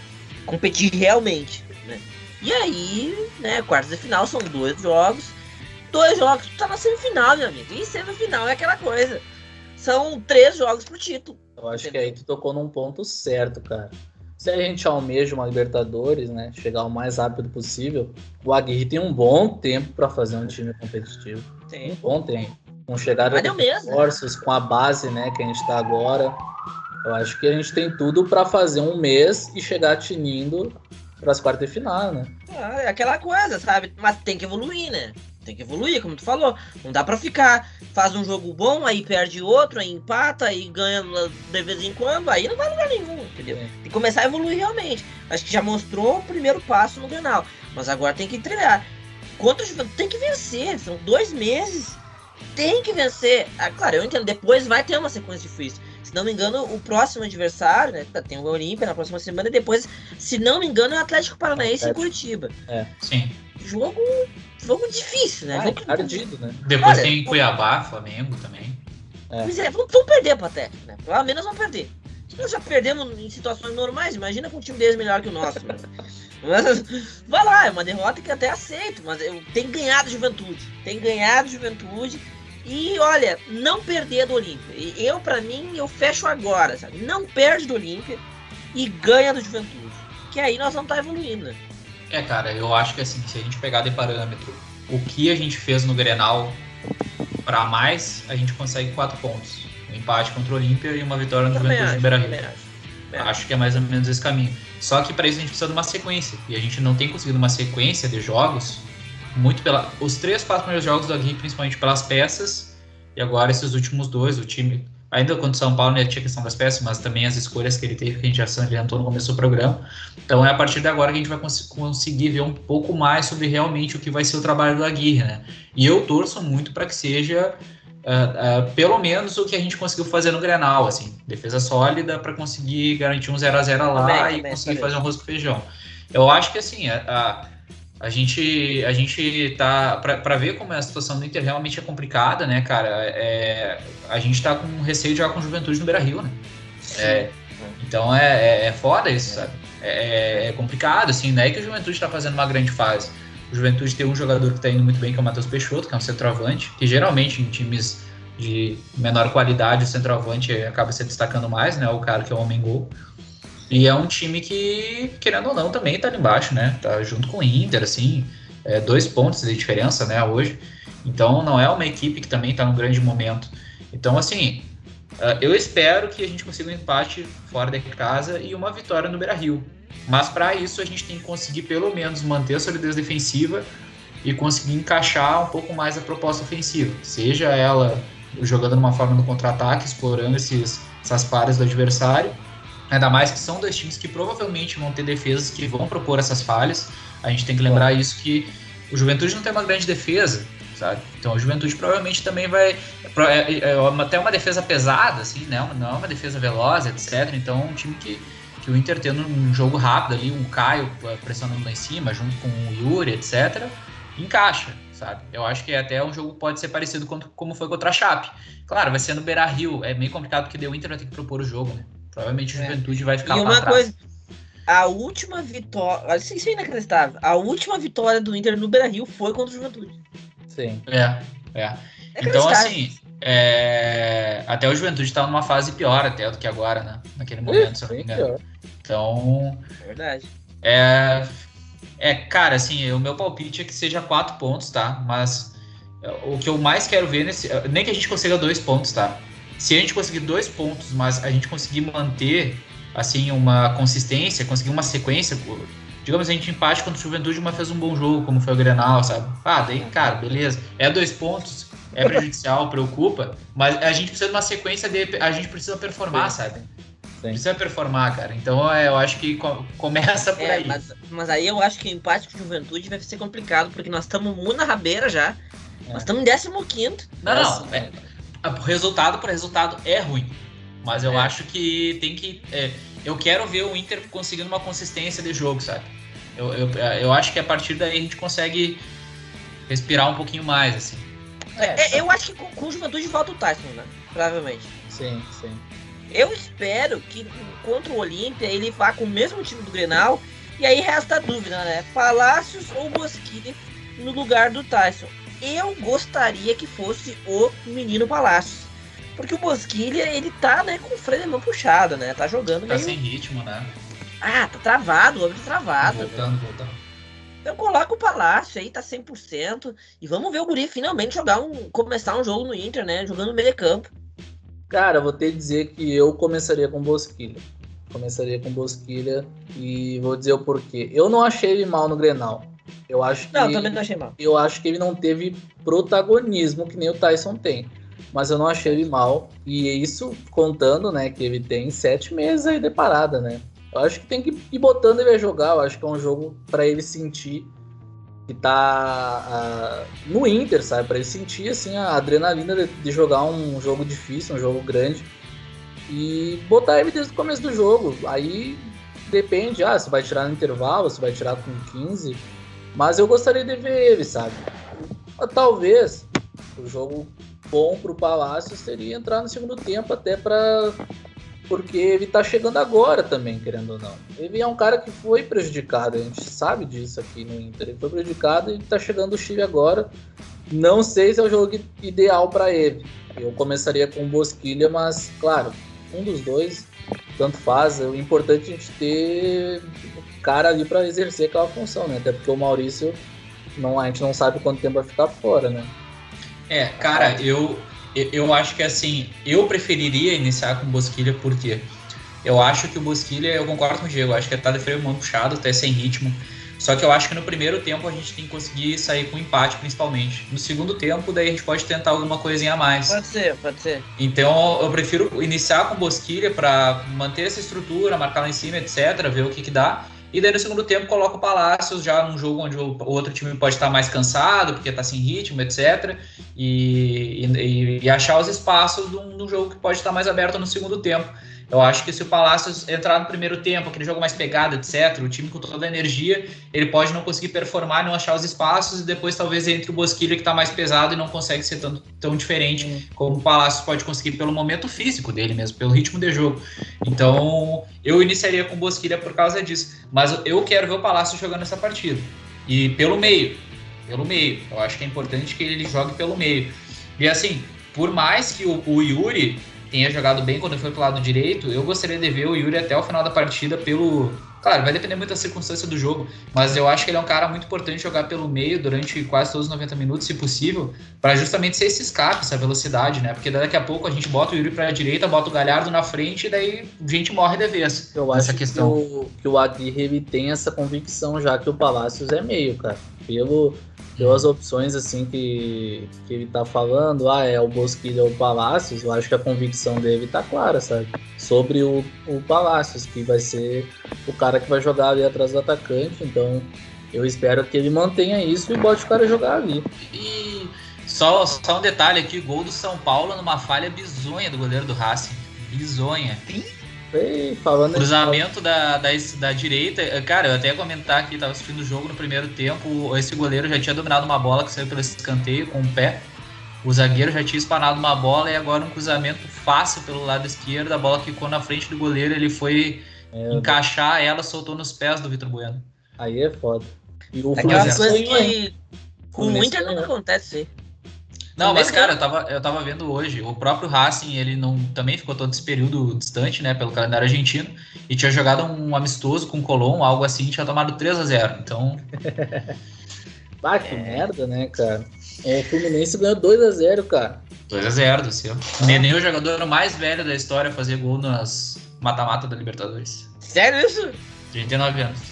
realmente, né? E aí, né, quartas de final são 2 jogos, tu tá na semifinal, meu amigo, e semifinal é aquela coisa, são 3 jogos pro título. Eu acho que aí tu tocou num ponto certo, cara. Se a gente almeja uma Libertadores, né, chegar o mais rápido possível, o Aguirre tem um bom tempo para fazer um time competitivo. Tem. Um bom tempo. Com chegada de reforços, com a base, né, que a gente tá agora, eu acho que a gente tem tudo para fazer um mês e chegar tinindo para as quartas de final, né? É aquela coisa, sabe? Mas tem que evoluir, né? Tem que evoluir, como tu falou. Não dá pra ficar, faz um jogo bom, aí perde outro, aí empata, aí ganha de vez em quando, aí não vai lugar nenhum, entendeu? Tem que começar a evoluir realmente. Acho que já mostrou o primeiro passo no Grenal, mas agora tem que trilhar. Contra o Juventude tem que vencer, são 2 meses, tem que vencer. Claro, eu entendo, depois vai ter uma sequência difícil. Se não me engano, o próximo adversário, né, tem o Olímpia na próxima semana, e depois, se não me engano, é o Atlético Paranaense em Curitiba. Sim. Jogo difícil, né? Jogo ardido, né? Depois tem Cuiabá, Flamengo também. Pois é, vão perder pro Atlético, né? Pelo menos vão perder. Nós já perdemos em situações normais, imagina com um time deles melhor que o nosso. Né? Mas, vai lá, é uma derrota que até aceito, mas tem ganhado Juventude. E olha, não perder do Olímpia. Pra mim, eu fecho agora, sabe? Não perde do Olímpia e ganha do Juventude. Que aí nós vamos estar evoluindo, né? Cara, eu acho que assim, se a gente pegar de parâmetro o que a gente fez no Grenal pra mais, a gente consegue 4 pontos. Um empate contra o Olímpia e uma vitória no Juventude no Beira-Rio. Acho que é mais ou menos esse caminho. Só que para isso a gente precisa de uma sequência. E a gente não tem conseguido uma sequência de jogos muito os 3, 4 primeiros jogos do Aguirre, principalmente pelas peças. E agora esses últimos 2, o time ainda contra o São Paulo né, tinha questão das peças, mas também as escolhas que ele teve, que a gente já adiantou no começo do programa. Então é a partir de agora que a gente vai conseguir ver um pouco mais sobre realmente o que vai ser o trabalho do Aguirre, né? E eu torço muito para que seja pelo menos o que a gente conseguiu fazer no Grenal, assim, defesa sólida para conseguir garantir um 0-0 lá e conseguir fazer um arroz com feijão. Eu acho que assim, a gente tá para ver como a situação do Inter realmente é complicada, né, cara? A gente tá com receio de jogar com Juventude no Beira-Rio, né? Então é foda isso, sabe? É complicado, assim, não é que o Juventude tá fazendo uma grande fase. O Juventude tem um jogador que tá indo muito bem, que é o Matheus Peixoto, que é um centroavante, que geralmente em times de menor qualidade o centroavante acaba se destacando mais, né? O cara que é o homem-gol. E é um time que, querendo ou não, também tá ali embaixo, né? Tá junto com o Inter, assim, 2 pontos de diferença, né, hoje. Então não é uma equipe que também tá num grande momento. Então, assim, eu espero que a gente consiga um empate fora de casa e uma vitória no Beira-Rio. Mas para isso a gente tem que conseguir pelo menos manter a solidez defensiva e conseguir encaixar um pouco mais a proposta ofensiva. Seja ela jogando de uma forma no contra-ataque, explorando essas falhas do adversário. Ainda mais que são 2 times que provavelmente vão ter defesas que vão propor essas falhas. A gente tem que lembrar isso, que o Juventude não tem uma grande defesa, sabe? Então o Juventude provavelmente também vai... até uma defesa pesada, assim, né? Não é uma defesa veloz, etc. Então um time que o Inter tendo um jogo rápido ali, um Caio pressionando lá em cima, junto com o Yuri, etc., encaixa, sabe? Eu acho que até um jogo pode ser parecido como foi contra a Chape. Claro, vai ser no Beira-Rio, é meio complicado porque o Inter vai ter que propor o jogo, né? Provavelmente o Juventude vai ficar lá atrás. Coisa, a última vitória, isso é inacreditável, a última vitória do Inter no Beira-Rio foi contra o Juventude. Sim. Então, assim, até o Juventude tá numa fase pior até do que agora, né? Naquele momento, se eu não me engano. Então... É verdade. Cara, assim, o meu palpite é que seja 4 pontos, tá? Mas o que eu mais quero ver nem que a gente consiga 2 pontos, tá? Se a gente conseguir 2 pontos, mas a gente conseguir manter, assim, uma consistência, conseguir uma sequência, digamos, a gente empate contra o Juventude, mas fez um bom jogo, como foi o Grenal, sabe? Daí, cara, beleza. 2 pontos, é prejudicial, preocupa, mas a gente precisa de uma sequência, a gente precisa performar, sabe? Precisa performar, cara. Então eu acho que começa por aí. Mas aí eu acho que o empate com o Juventude vai ser complicado, porque nós estamos muito na rabeira já. Nós estamos em 15º. Por resultado é ruim. Mas eu acho que tem que... eu quero ver o Inter conseguindo uma consistência de jogo, sabe? Eu acho que a partir daí a gente consegue respirar um pouquinho mais, assim. Eu acho que com o Juventude volta o Tyson, né? Provavelmente. Sim. Eu espero que contra o Olímpia ele vá com o mesmo time do Grenal. E aí resta a dúvida, né? Palácios ou Bosquilha no lugar do Tyson. Eu gostaria que fosse o menino Palácios. Porque o Bosquilha, ele tá, né, com o freio de mão puxado, né? Tá jogando meio... Tá sem ritmo, né? Tá travado, o homem tá travado. Voltando. Então coloca o Palácio aí, tá 100%. E vamos ver o guri finalmente começar um jogo no Inter, né? Jogando no meio de campo. Cara, vou ter que dizer que eu começaria com Bosquilha. E vou dizer o porquê. Eu não achei ele mal no Grenal. Eu também não achei mal. Eu acho que ele não teve protagonismo que nem o Tyson tem. Mas eu não achei ele mal. E isso contando, né, que ele tem 7 meses aí de parada, né? Eu acho que tem que ir botando ele a jogar. Eu acho que é um jogo para ele sentir que tá no Inter, sabe? Para ele sentir, assim, a adrenalina de jogar um jogo difícil, um jogo grande. E botar ele desde o começo do jogo. Aí depende, se vai tirar no intervalo, se vai tirar com 15. Mas eu gostaria de ver ele, sabe? Talvez o jogo bom pro Palácio seria entrar no segundo tempo, até porque ele tá chegando agora também, querendo ou não. Ele é um cara que foi prejudicado, a gente sabe disso aqui no Inter. Ele foi prejudicado e tá chegando o Chile agora. Não sei se é o jogo ideal para ele. Eu começaria com o Bosquilha, mas, claro, um dos dois, tanto faz. O importante é a gente ter cara ali para exercer aquela função, né? Até porque o Maurício, a gente não sabe quanto tempo vai ficar fora, né? Cara, eu acho que assim, eu preferiria iniciar com o Bosquilha, porque eu acho que o Bosquilha, eu concordo com o Diego, eu acho que tá de freio mão puxado, até sem ritmo, Só que eu acho que no primeiro tempo a gente tem que conseguir sair com empate, principalmente. No segundo tempo, daí a gente pode tentar alguma coisinha a mais. Pode ser. Então eu prefiro iniciar com Bosquilha para manter essa estrutura, marcar lá em cima, etc., ver o que dá. E daí no segundo tempo coloca o Palácios já num jogo onde o outro time pode estar mais cansado, porque está sem ritmo, etc. E achar os espaços de um jogo que pode estar mais aberto no segundo tempo. Eu acho que se o Palácios entrar no primeiro tempo, aquele jogo mais pegado, etc., o time com toda a energia, ele pode não conseguir performar, não achar os espaços, e depois talvez entre o Bosquilha, que está mais pesado e não consegue ser tão diferente como o Palácios pode conseguir pelo momento físico dele mesmo, pelo ritmo de jogo. Então, eu iniciaria com o Bosquilha por causa disso. Mas eu quero ver o Palácios jogando essa partida. E pelo meio. Eu acho que é importante que ele jogue pelo meio. E assim, por mais que o Yuri tenha jogado bem quando foi pro lado direito, eu gostaria de ver o Yuri até o final da partida pelo... Claro, vai depender muito da circunstância do jogo, mas eu acho que ele é um cara muito importante jogar pelo meio durante quase todos os 90 minutos, se possível, para justamente ser esse escape, essa velocidade, né? Porque daqui a pouco a gente bota o Yuri pra direita, bota o Galhardo na frente e daí a gente morre de vez. Eu acho que o Aguirre ele tem essa convicção já que o Palácios é meio, cara. Pelas opções assim que ele tá falando, é o Bosquilha ou o Palácios, eu acho que a convicção dele tá clara, sabe? Sobre o Palácios, que vai ser o cara que vai jogar ali atrás do atacante, então eu espero que ele mantenha isso e bote o cara jogar ali. E só um detalhe aqui, gol do São Paulo numa falha bizonha do goleiro do Racing. Bizonha. Falando cruzamento da direita, cara, eu até ia comentar aqui, tava assistindo o jogo no primeiro tempo, esse goleiro já tinha dominado uma bola que saiu pelo escanteio com o pé, o zagueiro já tinha espanado uma bola e agora um cruzamento fácil pelo lado esquerdo, a bola ficou na frente do goleiro, ele foi encaixar ela, soltou nos pés do Vitor Bueno. Aí é foda. E o aquelas coisas que com o Inter não acontece. Não, mas cara, eu tava vendo hoje, o próprio Racing, ele também ficou todo esse período distante, né, pelo calendário argentino, e tinha jogado um amistoso com o Colón, algo assim, tinha tomado 3-0, então... Que merda, né, cara? O Fluminense ganhou 2-0, cara. 2-0 do seu. Nem o jogador mais velho da história a fazer gol nas mata-mata da Libertadores. Sério isso? 39 anos.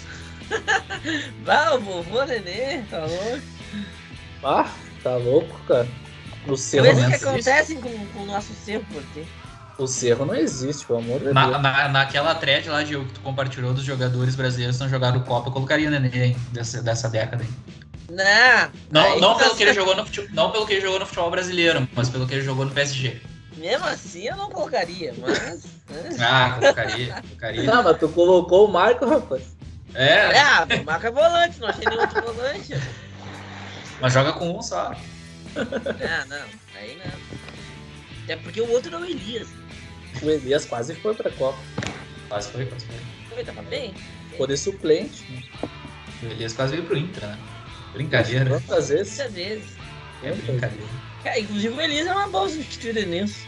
O vovô Nenê, tá louco? Tá louco, cara. O Cerro coisas que acontecem com o nosso Cerro, por quê? O Cerro não existe, pelo amor de Deus. Naquela thread lá, Diogo, que tu compartilhou dos jogadores brasileiros que não jogaram Copa, eu colocaria o Nenê dessa década aí. Não pelo que ele jogou no futebol, não pelo que ele jogou no futebol brasileiro, mas pelo que ele jogou no PSG. Mesmo assim eu não colocaria, mas... colocaria. Não, mas tu colocou o Marco, rapaz. O Marco é volante, não achei nenhum outro volante. Mas joga com um só. Não, aí não. É porque o outro não é o Elias. O Elias quase foi pra Copa. Quase foi. Ele tava bem. Foi de suplente. O Elias quase veio pro Inter, né? Brincadeira. Quantas vezes? Muitas vezes. É brincadeira. Inclusive o Elias é uma boa substituída nisso.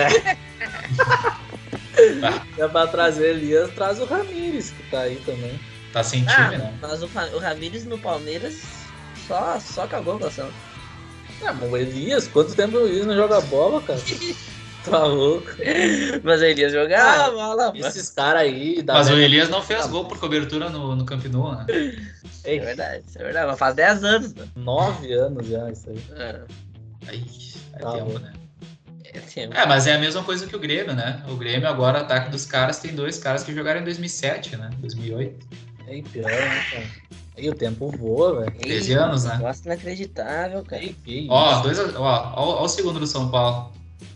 É pra trazer Elias, traz o Ramires, que tá aí também. Tá sem time, né? Mas o Ramires no Palmeiras só cagou com a ação. Mas o Elias, quanto tempo o Elias não joga bola, cara? Tá louco. Mas o Elias jogava bola. Esses caras aí... Mas o Elias não fez gol por cobertura no Camp Nou, né? É verdade. Mas faz 10 anos. Né? 9 anos já, isso aí. Aí tá tempo, bom. né? Tempo. Mas é a mesma coisa que o Grêmio, né? O Grêmio agora, ataque dos caras, tem 2 caras que jogaram em 2007, né? 2008. É pior, né, cara? E o tempo voa, velho. 13 anos, né? Negócio inacreditável, cara. Ó o segundo do São Paulo.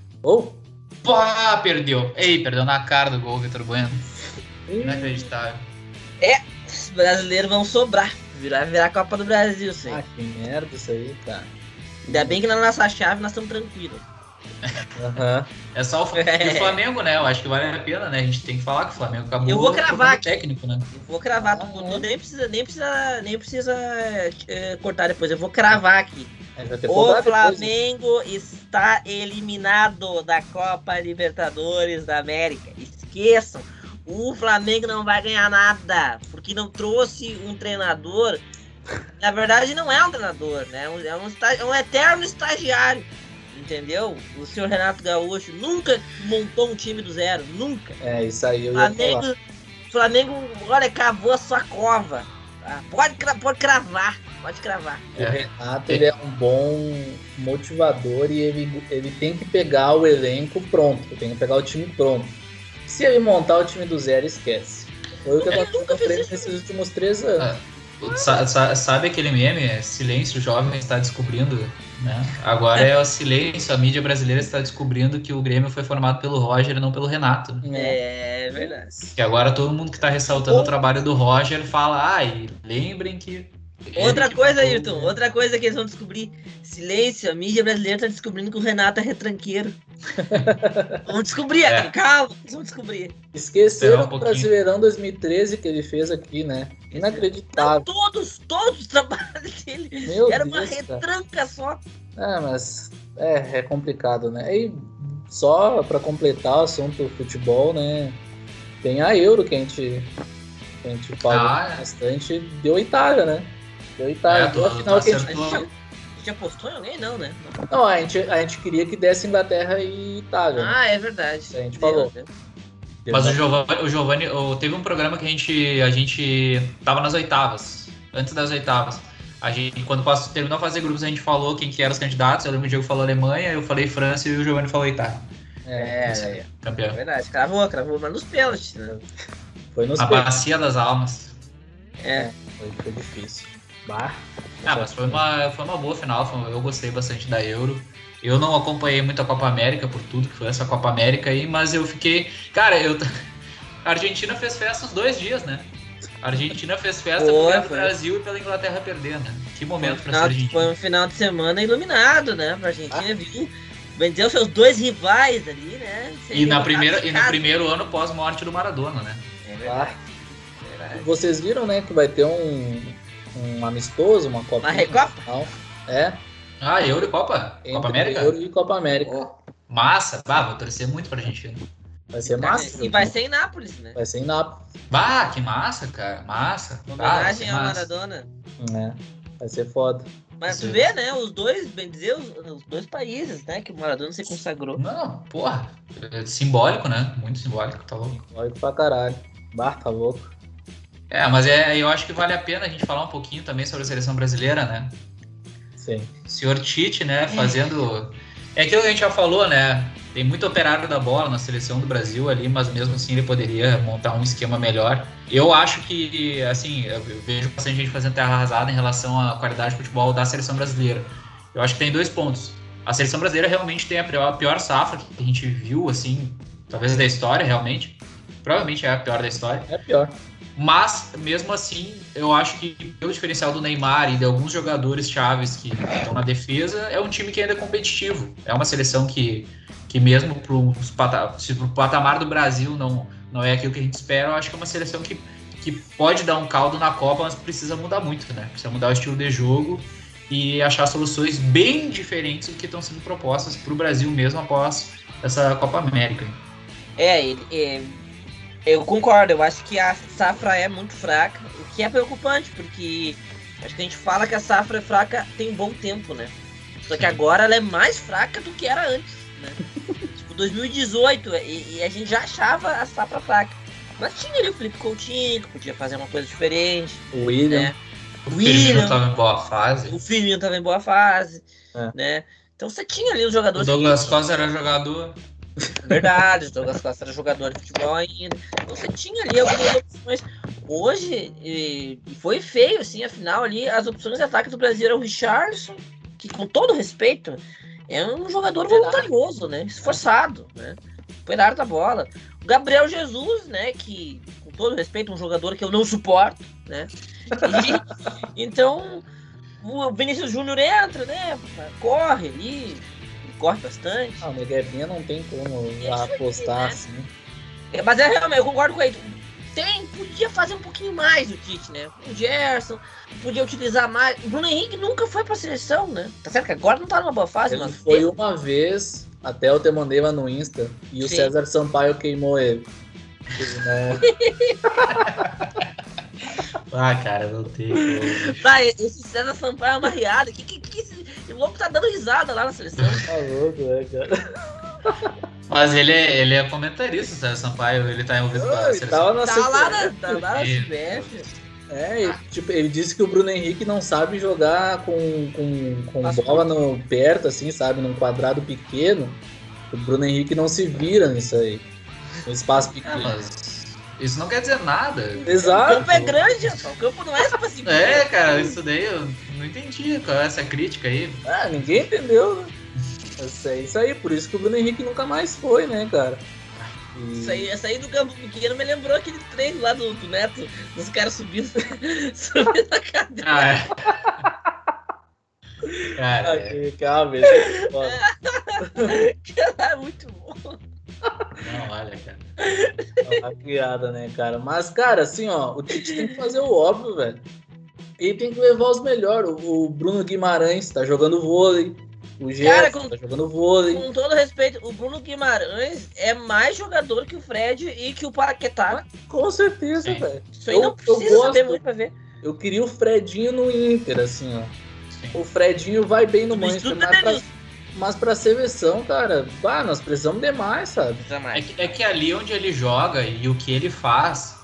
Perdeu. Perdeu na cara do gol, Vitor Bueno. Inacreditável. Os brasileiros vão sobrar. Virar a Copa do Brasil, sim. Que merda isso aí, cara. Ainda bem que na nossa chave nós estamos tranquilos. É só o Flamengo, né? Eu acho que vale a pena, né? A gente tem que falar que o Flamengo acabou. Eu vou cravar aqui. Técnico, né? Eu vou cravar. Nem precisa cortar depois. Eu vou cravar aqui. O Flamengo está eliminado da Copa Libertadores da América. Esqueçam. O Flamengo não vai ganhar nada, porque não trouxe um treinador. Na verdade, não é um treinador, né? É um eterno estagiário. Entendeu? O senhor Renato Gaúcho nunca montou um time do zero. Nunca. Isso aí eu ia falar. Flamengo, olha, cavou a sua cova. Pode cravar. O Renato, ele é um bom motivador e ele tem que pegar o elenco pronto, tem que pegar o time pronto. Se ele montar o time do zero, esquece. Foi o que eu tô sofrendo nesses últimos 3 anos. Sabe aquele meme? Silêncio, o jovem está descobrindo, né? Agora é o silêncio, a mídia brasileira está descobrindo que o Grêmio foi formado pelo Roger e não pelo Renato. É verdade. Que agora todo mundo que está ressaltando o trabalho do Roger fala, e lembrem que... Outra coisa, Ayrton, outra coisa que eles vão descobrir. Silêncio, a mídia brasileira está descobrindo que o Renato é retranqueiro. Vamos descobrir, calma, eles vão descobrir. Esqueceram do Brasileirão 2013 que ele fez aqui, né? Inacreditável. Não, todos os trabalhos dele. Era uma retranca só. Mas é complicado, né? E só para completar o assunto do futebol, né? Tem a Euro que a gente falou bastante. Deu Itália, né? Deu Itália. Deu a final que a gente apostou em alguém, não, né? Não, a gente queria que desse Inglaterra e Itália. É verdade. A gente falou. Mas o Giovanni, teve um programa que a gente tava nas oitavas, antes das oitavas. Quando terminou a fazer grupos, a gente falou quem que eram os candidatos. Eu lembro que o Diego falou Alemanha, eu falei França e o Giovanni falou Itália. Campeão. É verdade, cravou, mas nos pênaltis, né? Foi nos pênaltis. Bacia das almas. Foi difícil. Mas foi uma boa final, eu gostei bastante da Euro. Eu não acompanhei muito a Copa América por tudo que foi essa Copa América aí, mas eu fiquei... Cara, a Argentina fez festa os 2 dias, né? A Argentina fez festa pelo Brasil e pela Inglaterra perder, né? Que momento pra essa Argentina. Foi um final de semana iluminado, né? Pra Argentina, viu? Vendeu seus 2 rivais ali, né? E no primeiro ano pós-morte do Maradona, né? É verdade. Vocês viram, né, que vai ter um amistoso, uma Copa. Uma Recopa? Euro e Copa? Copa América? Euro e Copa América. Massa. Vou torcer muito pra Argentina. Vai ser massa. E vai ser em Nápoles, né? Vai ser em Nápoles. Que massa, cara. Massa. Homenagem ao Maradona. Vai ser foda. Mas tu vê, né, os dois, bem dizer, os 2 países, né, que o Maradona se consagrou. Não, porra. É simbólico, né? Muito simbólico, tá louco. Simbólico pra caralho. Tá louco. Mas eu acho que vale a pena a gente falar um pouquinho também sobre a seleção brasileira, né? Sim. O senhor Tite, né, fazendo... É aquilo que a gente já falou, né? Tem muito operário da bola na seleção do Brasil ali, mas mesmo assim ele poderia montar um esquema melhor. Eu acho que, assim, eu vejo bastante gente fazendo terra arrasada em relação à qualidade de futebol da seleção brasileira. Eu acho que tem 2 pontos. A seleção brasileira realmente tem a pior safra que a gente viu, assim, talvez da história, realmente. Provavelmente é a pior da história. É a pior. Mas, mesmo assim, eu acho que o diferencial do Neymar e de alguns jogadores chaves que estão na defesa é um time que ainda é competitivo. É uma seleção que mesmo se pro patamar do Brasil não é aquilo que a gente espera, eu acho que é uma seleção que pode dar um caldo na Copa, mas precisa mudar muito, né? Precisa mudar o estilo de jogo e achar soluções bem diferentes do que estão sendo propostas para o Brasil mesmo após essa Copa América. Eu concordo, eu acho que a safra é muito fraca, o que é preocupante, porque acho que a gente fala que a safra é fraca tem um bom tempo, né? Só que agora ela é mais fraca do que era antes, né? Tipo, 2018, e a gente já achava a safra fraca. Mas tinha ali o Felipe Coutinho, que podia fazer uma coisa diferente. O William. Né? O Firmino estava em boa fase. O Firmino estava em boa fase, né? Então você tinha ali os jogadores... O Douglas Costa era jogador... Verdade, o Douglas Costa era jogador de futebol ainda. Então você tinha ali algumas opções. Hoje, e foi feio, assim, afinal ali, as opções de ataque do Brasil eram o Richarlison, que com todo respeito, é um jogador voluntarioso, né? Esforçado, né? Operário da bola. O Gabriel Jesus, né? Que, com todo respeito, um jogador que eu não suporto, né? Então, o Vinícius Júnior entra, né? Corre ali... corre bastante. O Neguebinha não tem como apostar assim. Mas realmente, eu concordo com ele. Podia fazer um pouquinho mais o Tite, né? O Gerson, podia utilizar mais. O Bruno Henrique nunca foi pra seleção, né? Tá certo que agora não tá numa boa fase, ele mas... foi uma vez, até eu te mandei lá no Insta, e o César Sampaio queimou ele. Cara, não tem. Esse César Sampaio é uma riada. Que esse louco tá dando risada lá na seleção. Tá louco, né, cara? Mas ele é comentarista, o César Sampaio. Ele tá envolvido com a seleção. Tá lá na CBF. Ele disse que o Bruno Henrique não sabe jogar com bola perto, assim, sabe? Num quadrado pequeno. O Bruno Henrique não se vira nisso aí. No espaço pequeno. Mas isso não quer dizer nada. Exato. O campo é grande, o campo não é só pra se Cara, isso daí eu não entendi qual é essa crítica aí. Ninguém entendeu, né? Isso aí, por isso que o Bruno Henrique nunca mais foi, né, cara? Essa aí do campo pequeno me lembrou aquele treino lá do Neto, dos caras subindo na cadeira. Cara, calma, é muito bom. Não, olha, cara. Uma criada, né, cara? Mas, cara, assim, ó, o Tite tem que fazer o óbvio, velho. Ele tem que levar os melhores. O Bruno Guimarães tá jogando vôlei. O Gerson tá jogando vôlei. Com todo respeito, o Bruno Guimarães é mais jogador que o Fred e que o Paquetá. Com certeza, velho. Isso aí não precisa saber muito pra ver. Eu queria o Fredinho no Inter, assim, ó. Sim. O Fredinho vai bem no Manchester, mas pra seleção, cara, nós precisamos demais, sabe? É que ali onde ele joga e o que ele faz,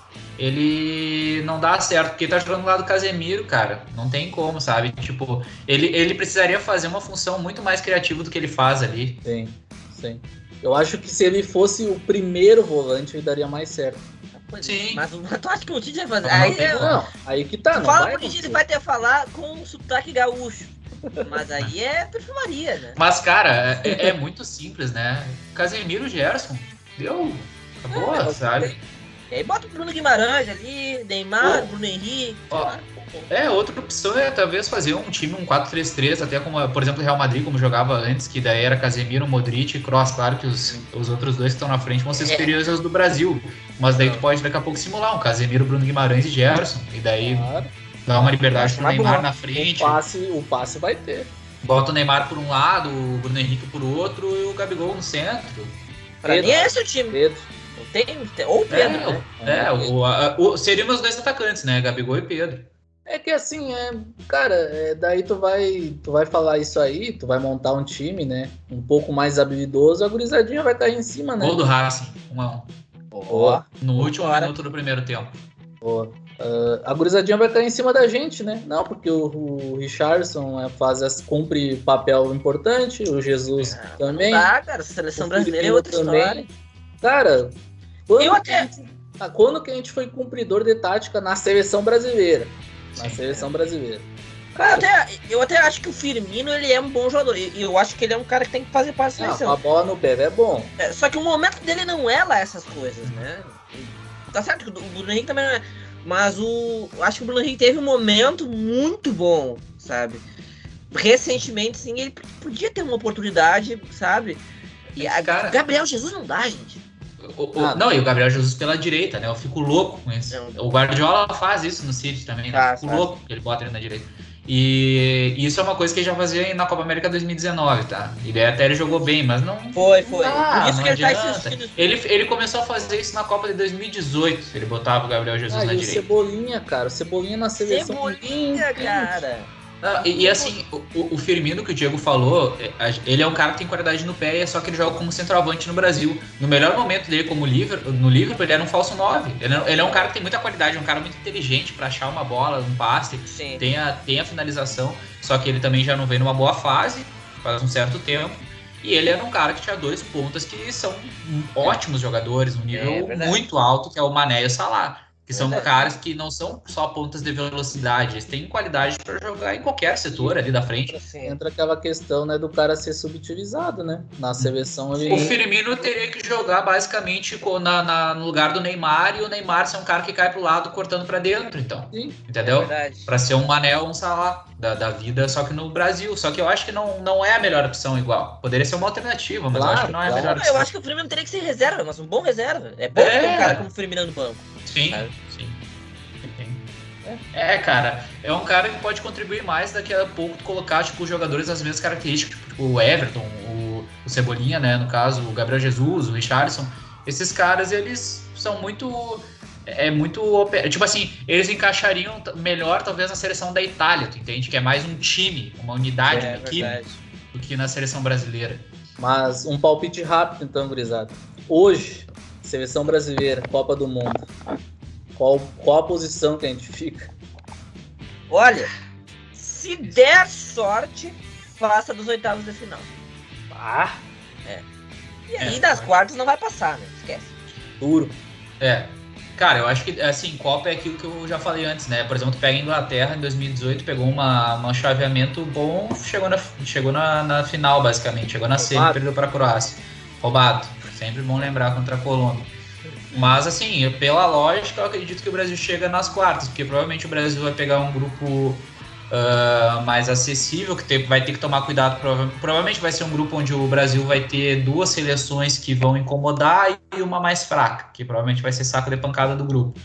ele não dá certo, porque ele tá jogando lá do Casemiro, cara. Não tem como, sabe? Tipo, ele precisaria fazer uma função muito mais criativa do que ele faz ali. Sim. Eu acho que se ele fosse o primeiro volante, ele daria mais certo. Sim. Mas tu acha que o Tite vai fazer? Aí que tá. Fala porque ele vai ter que falar com um sotaque gaúcho. Mas aí é perfumaria, né? Mas, cara, é muito simples, né? Casemiro, Gerson, deu. Acabou, sabe? E aí bota o Bruno Guimarães ali, Neymar, Bruno Henrique. Outra opção é talvez fazer um time, um 4-3-3, até como, por exemplo, o Real Madrid, como jogava antes, que daí era Casemiro, Modric e Kroos. Claro que os outros dois que estão na frente vão ser superiores do Brasil. Mas daí tu pode daqui a pouco simular um Casemiro, Bruno Guimarães e Gerson. E daí dá uma liberdade pro Neymar na frente. O passe vai ter. Bota o Neymar por um lado, o Bruno Henrique por outro e o Gabigol no centro. Pra mim é esse o time. Ou o Pedro, né? Seriam meus dois atacantes, né? Gabigol e Pedro. É que assim, cara, daí tu vai falar isso aí, tu vai montar um time, né? Um pouco mais habilidoso, a gurizadinha vai cair em cima, né? Gol do Racing, 1-1. Boa. No último minuto do primeiro tempo. Boa. A gurizadinha vai cair em cima da gente, né? Não, porque o Richarlison cumpre papel importante, o Jesus também. Não dá, cara, a seleção brasileira é outra história. Cara, quando que a gente foi cumpridor de tática na seleção brasileira? Cara, eu até acho que o Firmino, ele é um bom jogador. Eu acho que ele é um cara que tem que fazer parte da seleção. A bola no pé é bom. Só que o momento dele não é lá essas coisas, né? Tá certo que o Bruno Henrique também não é. Mas acho que o Bruno Henrique teve um momento muito bom, sabe? Recentemente, sim, ele podia ter uma oportunidade, sabe? E o Gabriel Jesus não dá, gente. Não, e o Gabriel Jesus pela direita, né? Eu fico louco com isso. O Guardiola faz isso no City também, né? Eu fico louco que ele bota ele na direita. E isso é uma coisa que ele já fazia na Copa América 2019, tá? Ele jogou bem, mas não... Foi. Por isso que ele tá insistindo. Ele começou a fazer isso na Copa de 2018. Ele botava o Gabriel Jesus na direita. Cebolinha, cara. Cebolinha na seleção. Cebolinha, cara. E assim, o Firmino que o Diego falou, ele é um cara que tem qualidade no pé, só que ele joga como centroavante no Brasil. No melhor momento dele no Liverpool, ele era um falso 9. Ele é um cara que tem muita qualidade, é um cara muito inteligente pra achar uma bola, um passe, tem a finalização, só que ele também já não vem numa boa fase, faz um certo tempo. E ele era um cara que tinha dois pontas que são ótimos jogadores, um nível muito alto, que é o Mané e o Salah. Que são caras que não são só pontas de velocidade, eles têm qualidade para jogar em qualquer setor ali da frente. Entra aquela questão, né, do cara ser subutilizado, né? Na seleção ali. O Firmino teria que jogar basicamente no lugar do Neymar, e o Neymar ser um cara que cai pro lado cortando para dentro, então. Sim. Entendeu? Para ser um Mané ou um Salah da vida, só que no Brasil. Só que eu acho que não é a melhor opção igual. Poderia ser uma alternativa, mas eu acho que não é a melhor opção. Eu acho que o Firmino teria que ser reserva, mas um bom reserva. É bom ter um cara como o Firmino no banco. Sim. Cara, é um cara que pode contribuir mais daqui a pouco, colocar tipo, os jogadores das mesmas características, tipo o Everton, o Cebolinha, né, no caso, o Gabriel Jesus, o Richarlison. Esses caras, eles são muito tipo assim, eles encaixariam melhor talvez na seleção da Itália, tu entende? Que é mais um time, uma unidade, uma equipe, do que na seleção brasileira. Mas um palpite rápido então, gurizada. Hoje, seleção brasileira, Copa do Mundo, qual a posição que a gente fica? Olha, se der sorte, passa dos oitavos de final. Ah, E aí das quartas não vai passar, né? Esquece. duro. Cara, eu acho que, assim, Copa é aquilo que eu já falei antes, né? Por exemplo, tu pega a Inglaterra em 2018, pegou um chaveamento bom, chegou na final, basicamente. Chegou na semi e perdeu pra Croácia. Roubado. Sempre bom lembrar contra a Colômbia. Mas, assim, pela lógica, eu acredito que o Brasil chega nas quartas, porque provavelmente o Brasil vai pegar um grupo mais acessível, que vai ter que tomar cuidado. Provavelmente vai ser um grupo onde o Brasil vai ter 2 seleções que vão incomodar e uma mais fraca, que provavelmente vai ser saco de pancada do grupo.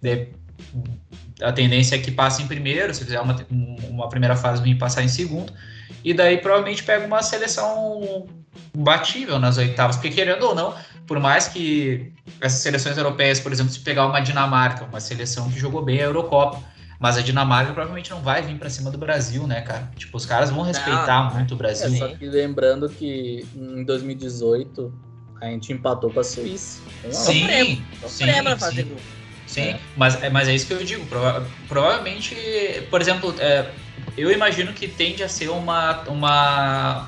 A tendência é que passe em primeiro, se fizer uma primeira fase ruim, passar em segundo, e daí provavelmente pega uma seleção batível nas oitavas, porque querendo ou não, por mais que essas seleções europeias, por exemplo, se pegar uma Dinamarca, uma seleção que jogou bem a Eurocopa, mas a Dinamarca provavelmente não vai vir pra cima do Brasil, né, cara? Tipo, os caras vão respeitar muito o Brasil. Só que lembrando que em 2018 a gente empatou com a Suíça. Sim. Fazer grupo. Sim, mas é isso que eu digo. Provavelmente, por exemplo, eu imagino que tende a ser uma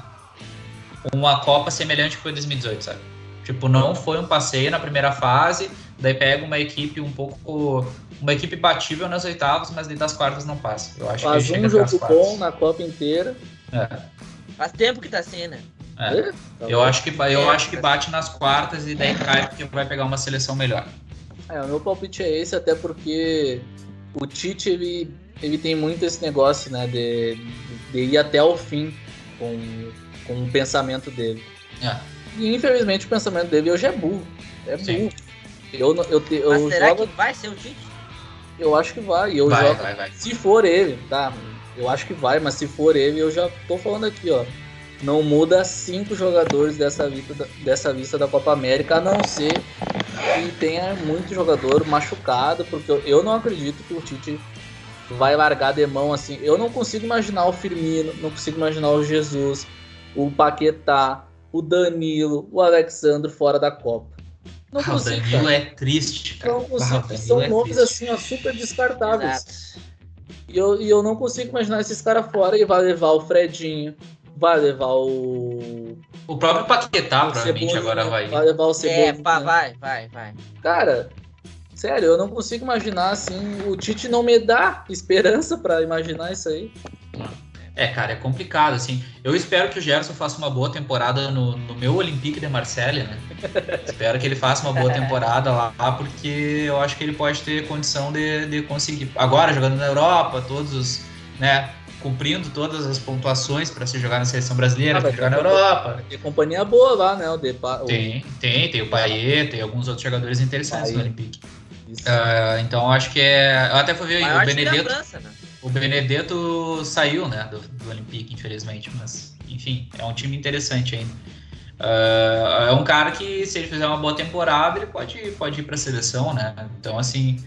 Copa semelhante que foi 2018, sabe? Tipo, não foi um passeio na primeira fase, daí pega uma equipe uma equipe batível nas oitavas, mas daí das quartas não passa. Eu acho Faz que um jogo bom na Copa inteira. Faz tempo que tá assim, né? Eu acho que bate nas quartas e daí cai porque vai pegar uma seleção melhor. O meu palpite é esse, até porque o Tite, ele tem muito esse negócio, né, de ir até o fim com o pensamento dele. E infelizmente o pensamento dele hoje é burro. Sim. Mas será que vai ser o Tite? Eu acho que vai. Vai. Se for ele, tá? Eu acho que vai, mas se for ele, eu já tô falando aqui, ó. Não muda 5 jogadores dessa lista da Copa América, a não ser que tenha muito jogador machucado, porque eu não acredito que o Tite vai largar de mão assim. Eu não consigo imaginar o Firmino, não consigo imaginar o Jesus, o Paquetá, o Danilo, o Alexandre fora da Copa. Não consigo, o Danilo é triste, cara. Não consigo, são nomes assim, ó, super descartáveis. E eu não consigo imaginar esses caras fora. E vai levar o Fredinho, vai levar o próprio Paquetá, provavelmente Cebolinha, agora vai. Vai levar o Cebolinha. Vai. Cara, sério, eu não consigo imaginar assim. O Tite não me dá esperança pra imaginar isso aí. Cara, é complicado, assim. Eu espero que o Gerson faça uma boa temporada no meu Olympique de Marseille, né? Espero que ele faça uma boa temporada lá, porque eu acho que ele pode ter condição de conseguir. Agora, jogando na Europa, né? Cumprindo todas as pontuações para se jogar na seleção brasileira, para jogar na Europa. Tem companhia boa lá, né? Tem o Payet, tem alguns outros jogadores interessantes no Olympique. Então acho que eu até fui ver o Benedetto. França, né? O Benedetto saiu, né, do Olympique, infelizmente, mas enfim, é um time interessante ainda. É um cara que, se ele fizer uma boa temporada, ele pode ir para a seleção, né? Então, assim,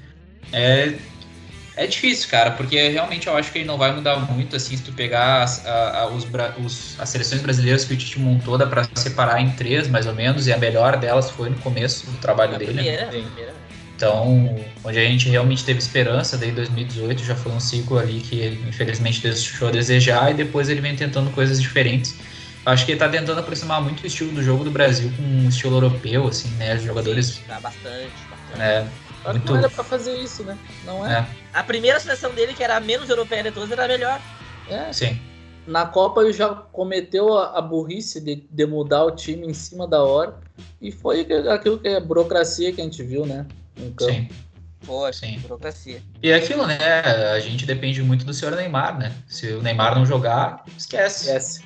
é difícil, cara, porque realmente eu acho que ele não vai mudar muito, assim, se tu pegar as seleções brasileiras que o Tite montou, dá para separar em 3, mais ou menos, e a melhor delas foi no começo do trabalho dele. Primeira. Então, onde a gente realmente teve esperança, daí 2018 já foi um ciclo ali que ele, infelizmente, deixou a desejar, e depois ele vem tentando coisas diferentes. Acho que ele tá tentando aproximar muito o estilo do jogo do Brasil com um estilo europeu, assim, né? Os jogadores... Tá bastante. Não era pra fazer isso, né? Não é? A primeira seleção dele, que era a menos europeia de todas, era a melhor. Sim. Na Copa ele já cometeu a burrice de mudar o time em cima da hora, e foi aquilo que é a burocracia que a gente viu, né? Sim. Sim. Burocracia. E é aquilo, né? A gente depende muito do senhor Neymar, né? Se o Neymar não jogar, esquece.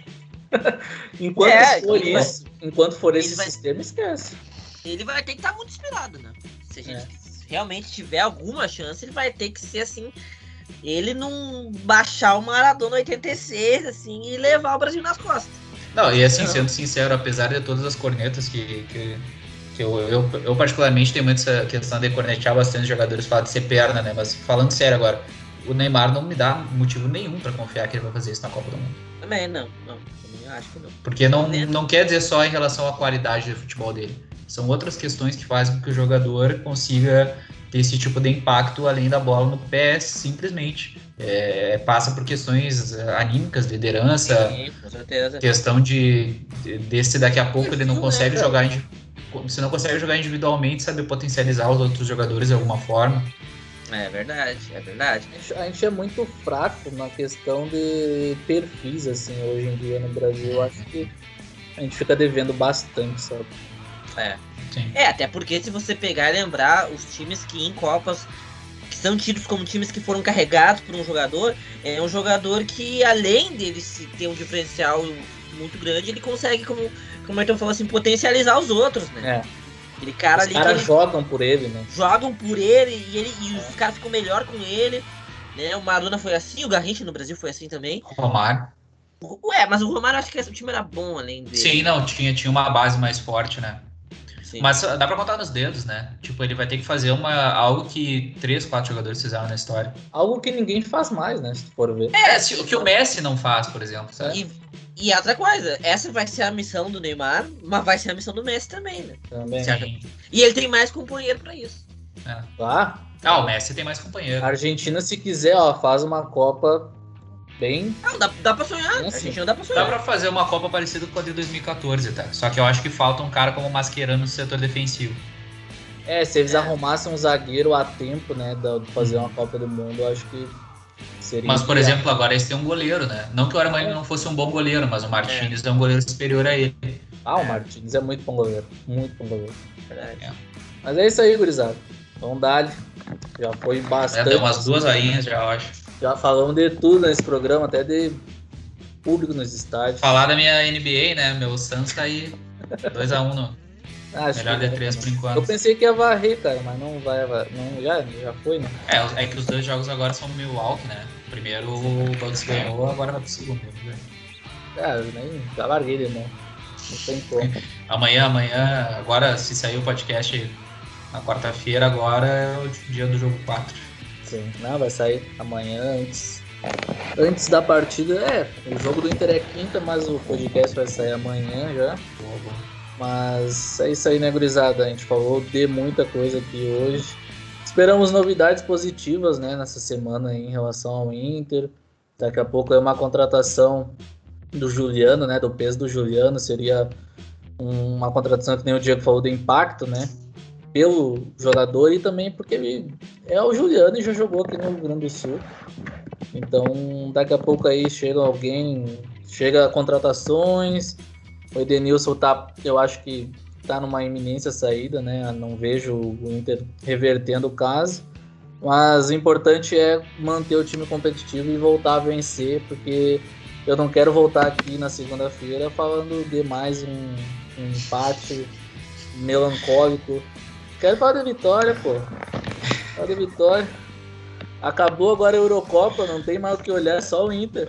Enquanto for esse sistema, esquece. Ele vai ter que estar muito inspirado, né? Se a gente realmente tiver alguma chance, ele vai ter que ser assim. Ele não baixar o Maradona 86, assim, e levar o Brasil nas costas. Não, e assim, sendo sincero, apesar de todas as cornetas que eu particularmente tenho muito essa questão de cornetear bastante jogadores, falar de ser perna, né? Mas falando sério agora, o Neymar não me dá motivo nenhum pra confiar que ele vai fazer isso na Copa do Mundo. Também não. Também acho que não. Porque não quer dizer só em relação à qualidade do futebol dele. São outras questões que fazem com que o jogador consiga ter esse tipo de impacto além da bola no pé, simplesmente. Passa por questões anímicas, de liderança, Sim, com certeza. questão desse daqui a pouco ele não consegue né, jogar, você não consegue jogar individualmente, saber potencializar os outros jogadores de alguma forma. É verdade, é verdade. A gente é muito fraco na questão de perfis, assim, hoje em dia no Brasil. Eu acho que a gente fica devendo bastante, sabe? Sim. Até porque se você pegar e lembrar, os times que em Copas, que são tidos como times que foram carregados por um jogador, é um jogador que, além dele ter um diferencial muito grande, ele consegue, como o Ayrton falou assim, potencializar os outros, né? Aquele cara Os ali caras jogam por ele, né? Jogam por ele e os caras ficam melhor com ele, né? O Maradona foi assim, o Garrincha no Brasil foi assim também. Romário. Mas o Romário, acho que o time era bom além dele. Sim, não, tinha uma base mais forte, né? Sim. Mas dá pra contar nos dedos, né? Tipo, ele vai ter que fazer algo que 3, 4 jogadores fizeram na história. Algo que ninguém faz mais, né? Se tu for ver. O que o Messi não faz, por exemplo, sabe? E outra coisa, essa vai ser a missão do Neymar, mas vai ser a missão do Messi também, né? Também. Certo? E ele tem mais companheiro pra isso. O Messi tem mais companheiro. A Argentina, se quiser, faz uma Copa bem... Não, dá pra sonhar. Assim. A Argentina dá pra sonhar. Dá pra fazer uma Copa parecida com a de 2014, tá? Só que eu acho que falta um cara como Mascherano no setor defensivo. Se eles arrumassem um zagueiro a tempo, né, de fazer uma Copa do Mundo, eu acho que seria... Mas, por exemplo, agora eles têm um goleiro, né? Não que o Armani não fosse um bom goleiro, mas o Martínez é um goleiro superior a ele. O Martínez é muito bom goleiro. Muito bom goleiro. Verdade. Mas é isso aí, gurizada. Vamos dar. Já foi bastante. Deu umas 2 horinhas já, eu acho. Já falamos de tudo nesse programa, até de público nos estádios. Falar da minha NBA, né? Meu Suns tá aí 2-1 no melhor de 3 por enquanto. Eu pensei que ia varrer, cara, mas não vai. Não, já foi, né? É que os 2 jogos agora são Milwaukee, né? Primeiro o Bucks ganhou, agora vai pro segundo. Né? Nem já larguei de novo. Não tem como. Amanhã, agora se sair o podcast na quarta-feira, agora é o dia do jogo 4. Sim, não, vai sair amanhã antes da partida. O jogo do Inter é quinta, mas o podcast vai sair amanhã já. Boa. Mas é isso aí, né, gurizada? A gente falou de muita coisa aqui hoje. Esperamos novidades positivas, né, nessa semana aí, em relação ao Inter. Daqui a pouco é uma contratação do Juliano, né, do peso do Juliano. Seria uma contratação que nem o Diego falou, de impacto, né, pelo jogador e também porque ele é o Juliano e já jogou aqui no Rio Grande do Sul. Então, daqui a pouco aí chega contratações. O Edenilson eu acho que tá numa iminência saída, né? Não vejo o Inter revertendo o caso. Mas o importante é manter o time competitivo e voltar a vencer, porque eu não quero voltar aqui na segunda-feira falando de mais um empate melancólico. Quero falar da vitória, pô. Falar da vitória. Acabou agora a Eurocopa, não tem mais o que olhar, só o Inter.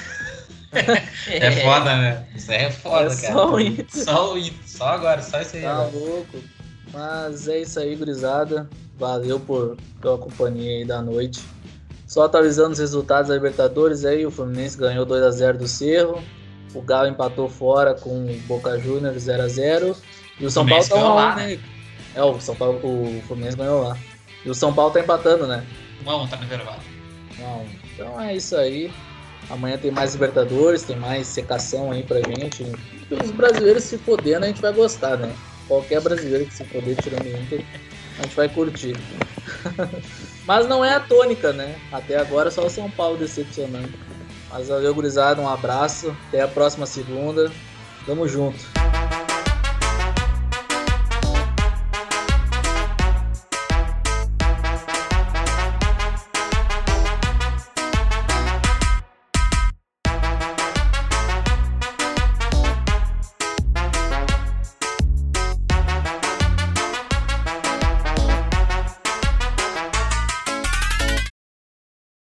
É foda, né? Isso aí é foda, cara. Só o Inter. Só agora, só isso aí. Tá louco. Mas é isso aí, gurizada. Valeu pela companhia aí da noite. Só atualizando os resultados da Libertadores aí, o Fluminense ganhou 2-0 do Cerro. O Galo empatou fora com o Boca Juniors 0-0. E o São Paulo tá lá, né? O Fluminense ganhou lá. E o São Paulo tá empatando, né? Vamos, tá no intervalo. Não. Então é isso aí. Amanhã tem mais Libertadores, tem mais secação aí pra gente. Os brasileiros se fodendo, a gente vai gostar, né? Qualquer brasileiro que se foder tirando o Inter, a gente vai curtir. Mas não é a tônica, né? Até agora só o São Paulo decepcionando. Mas valeu, gurizada, um abraço. Até a próxima segunda. Tamo junto.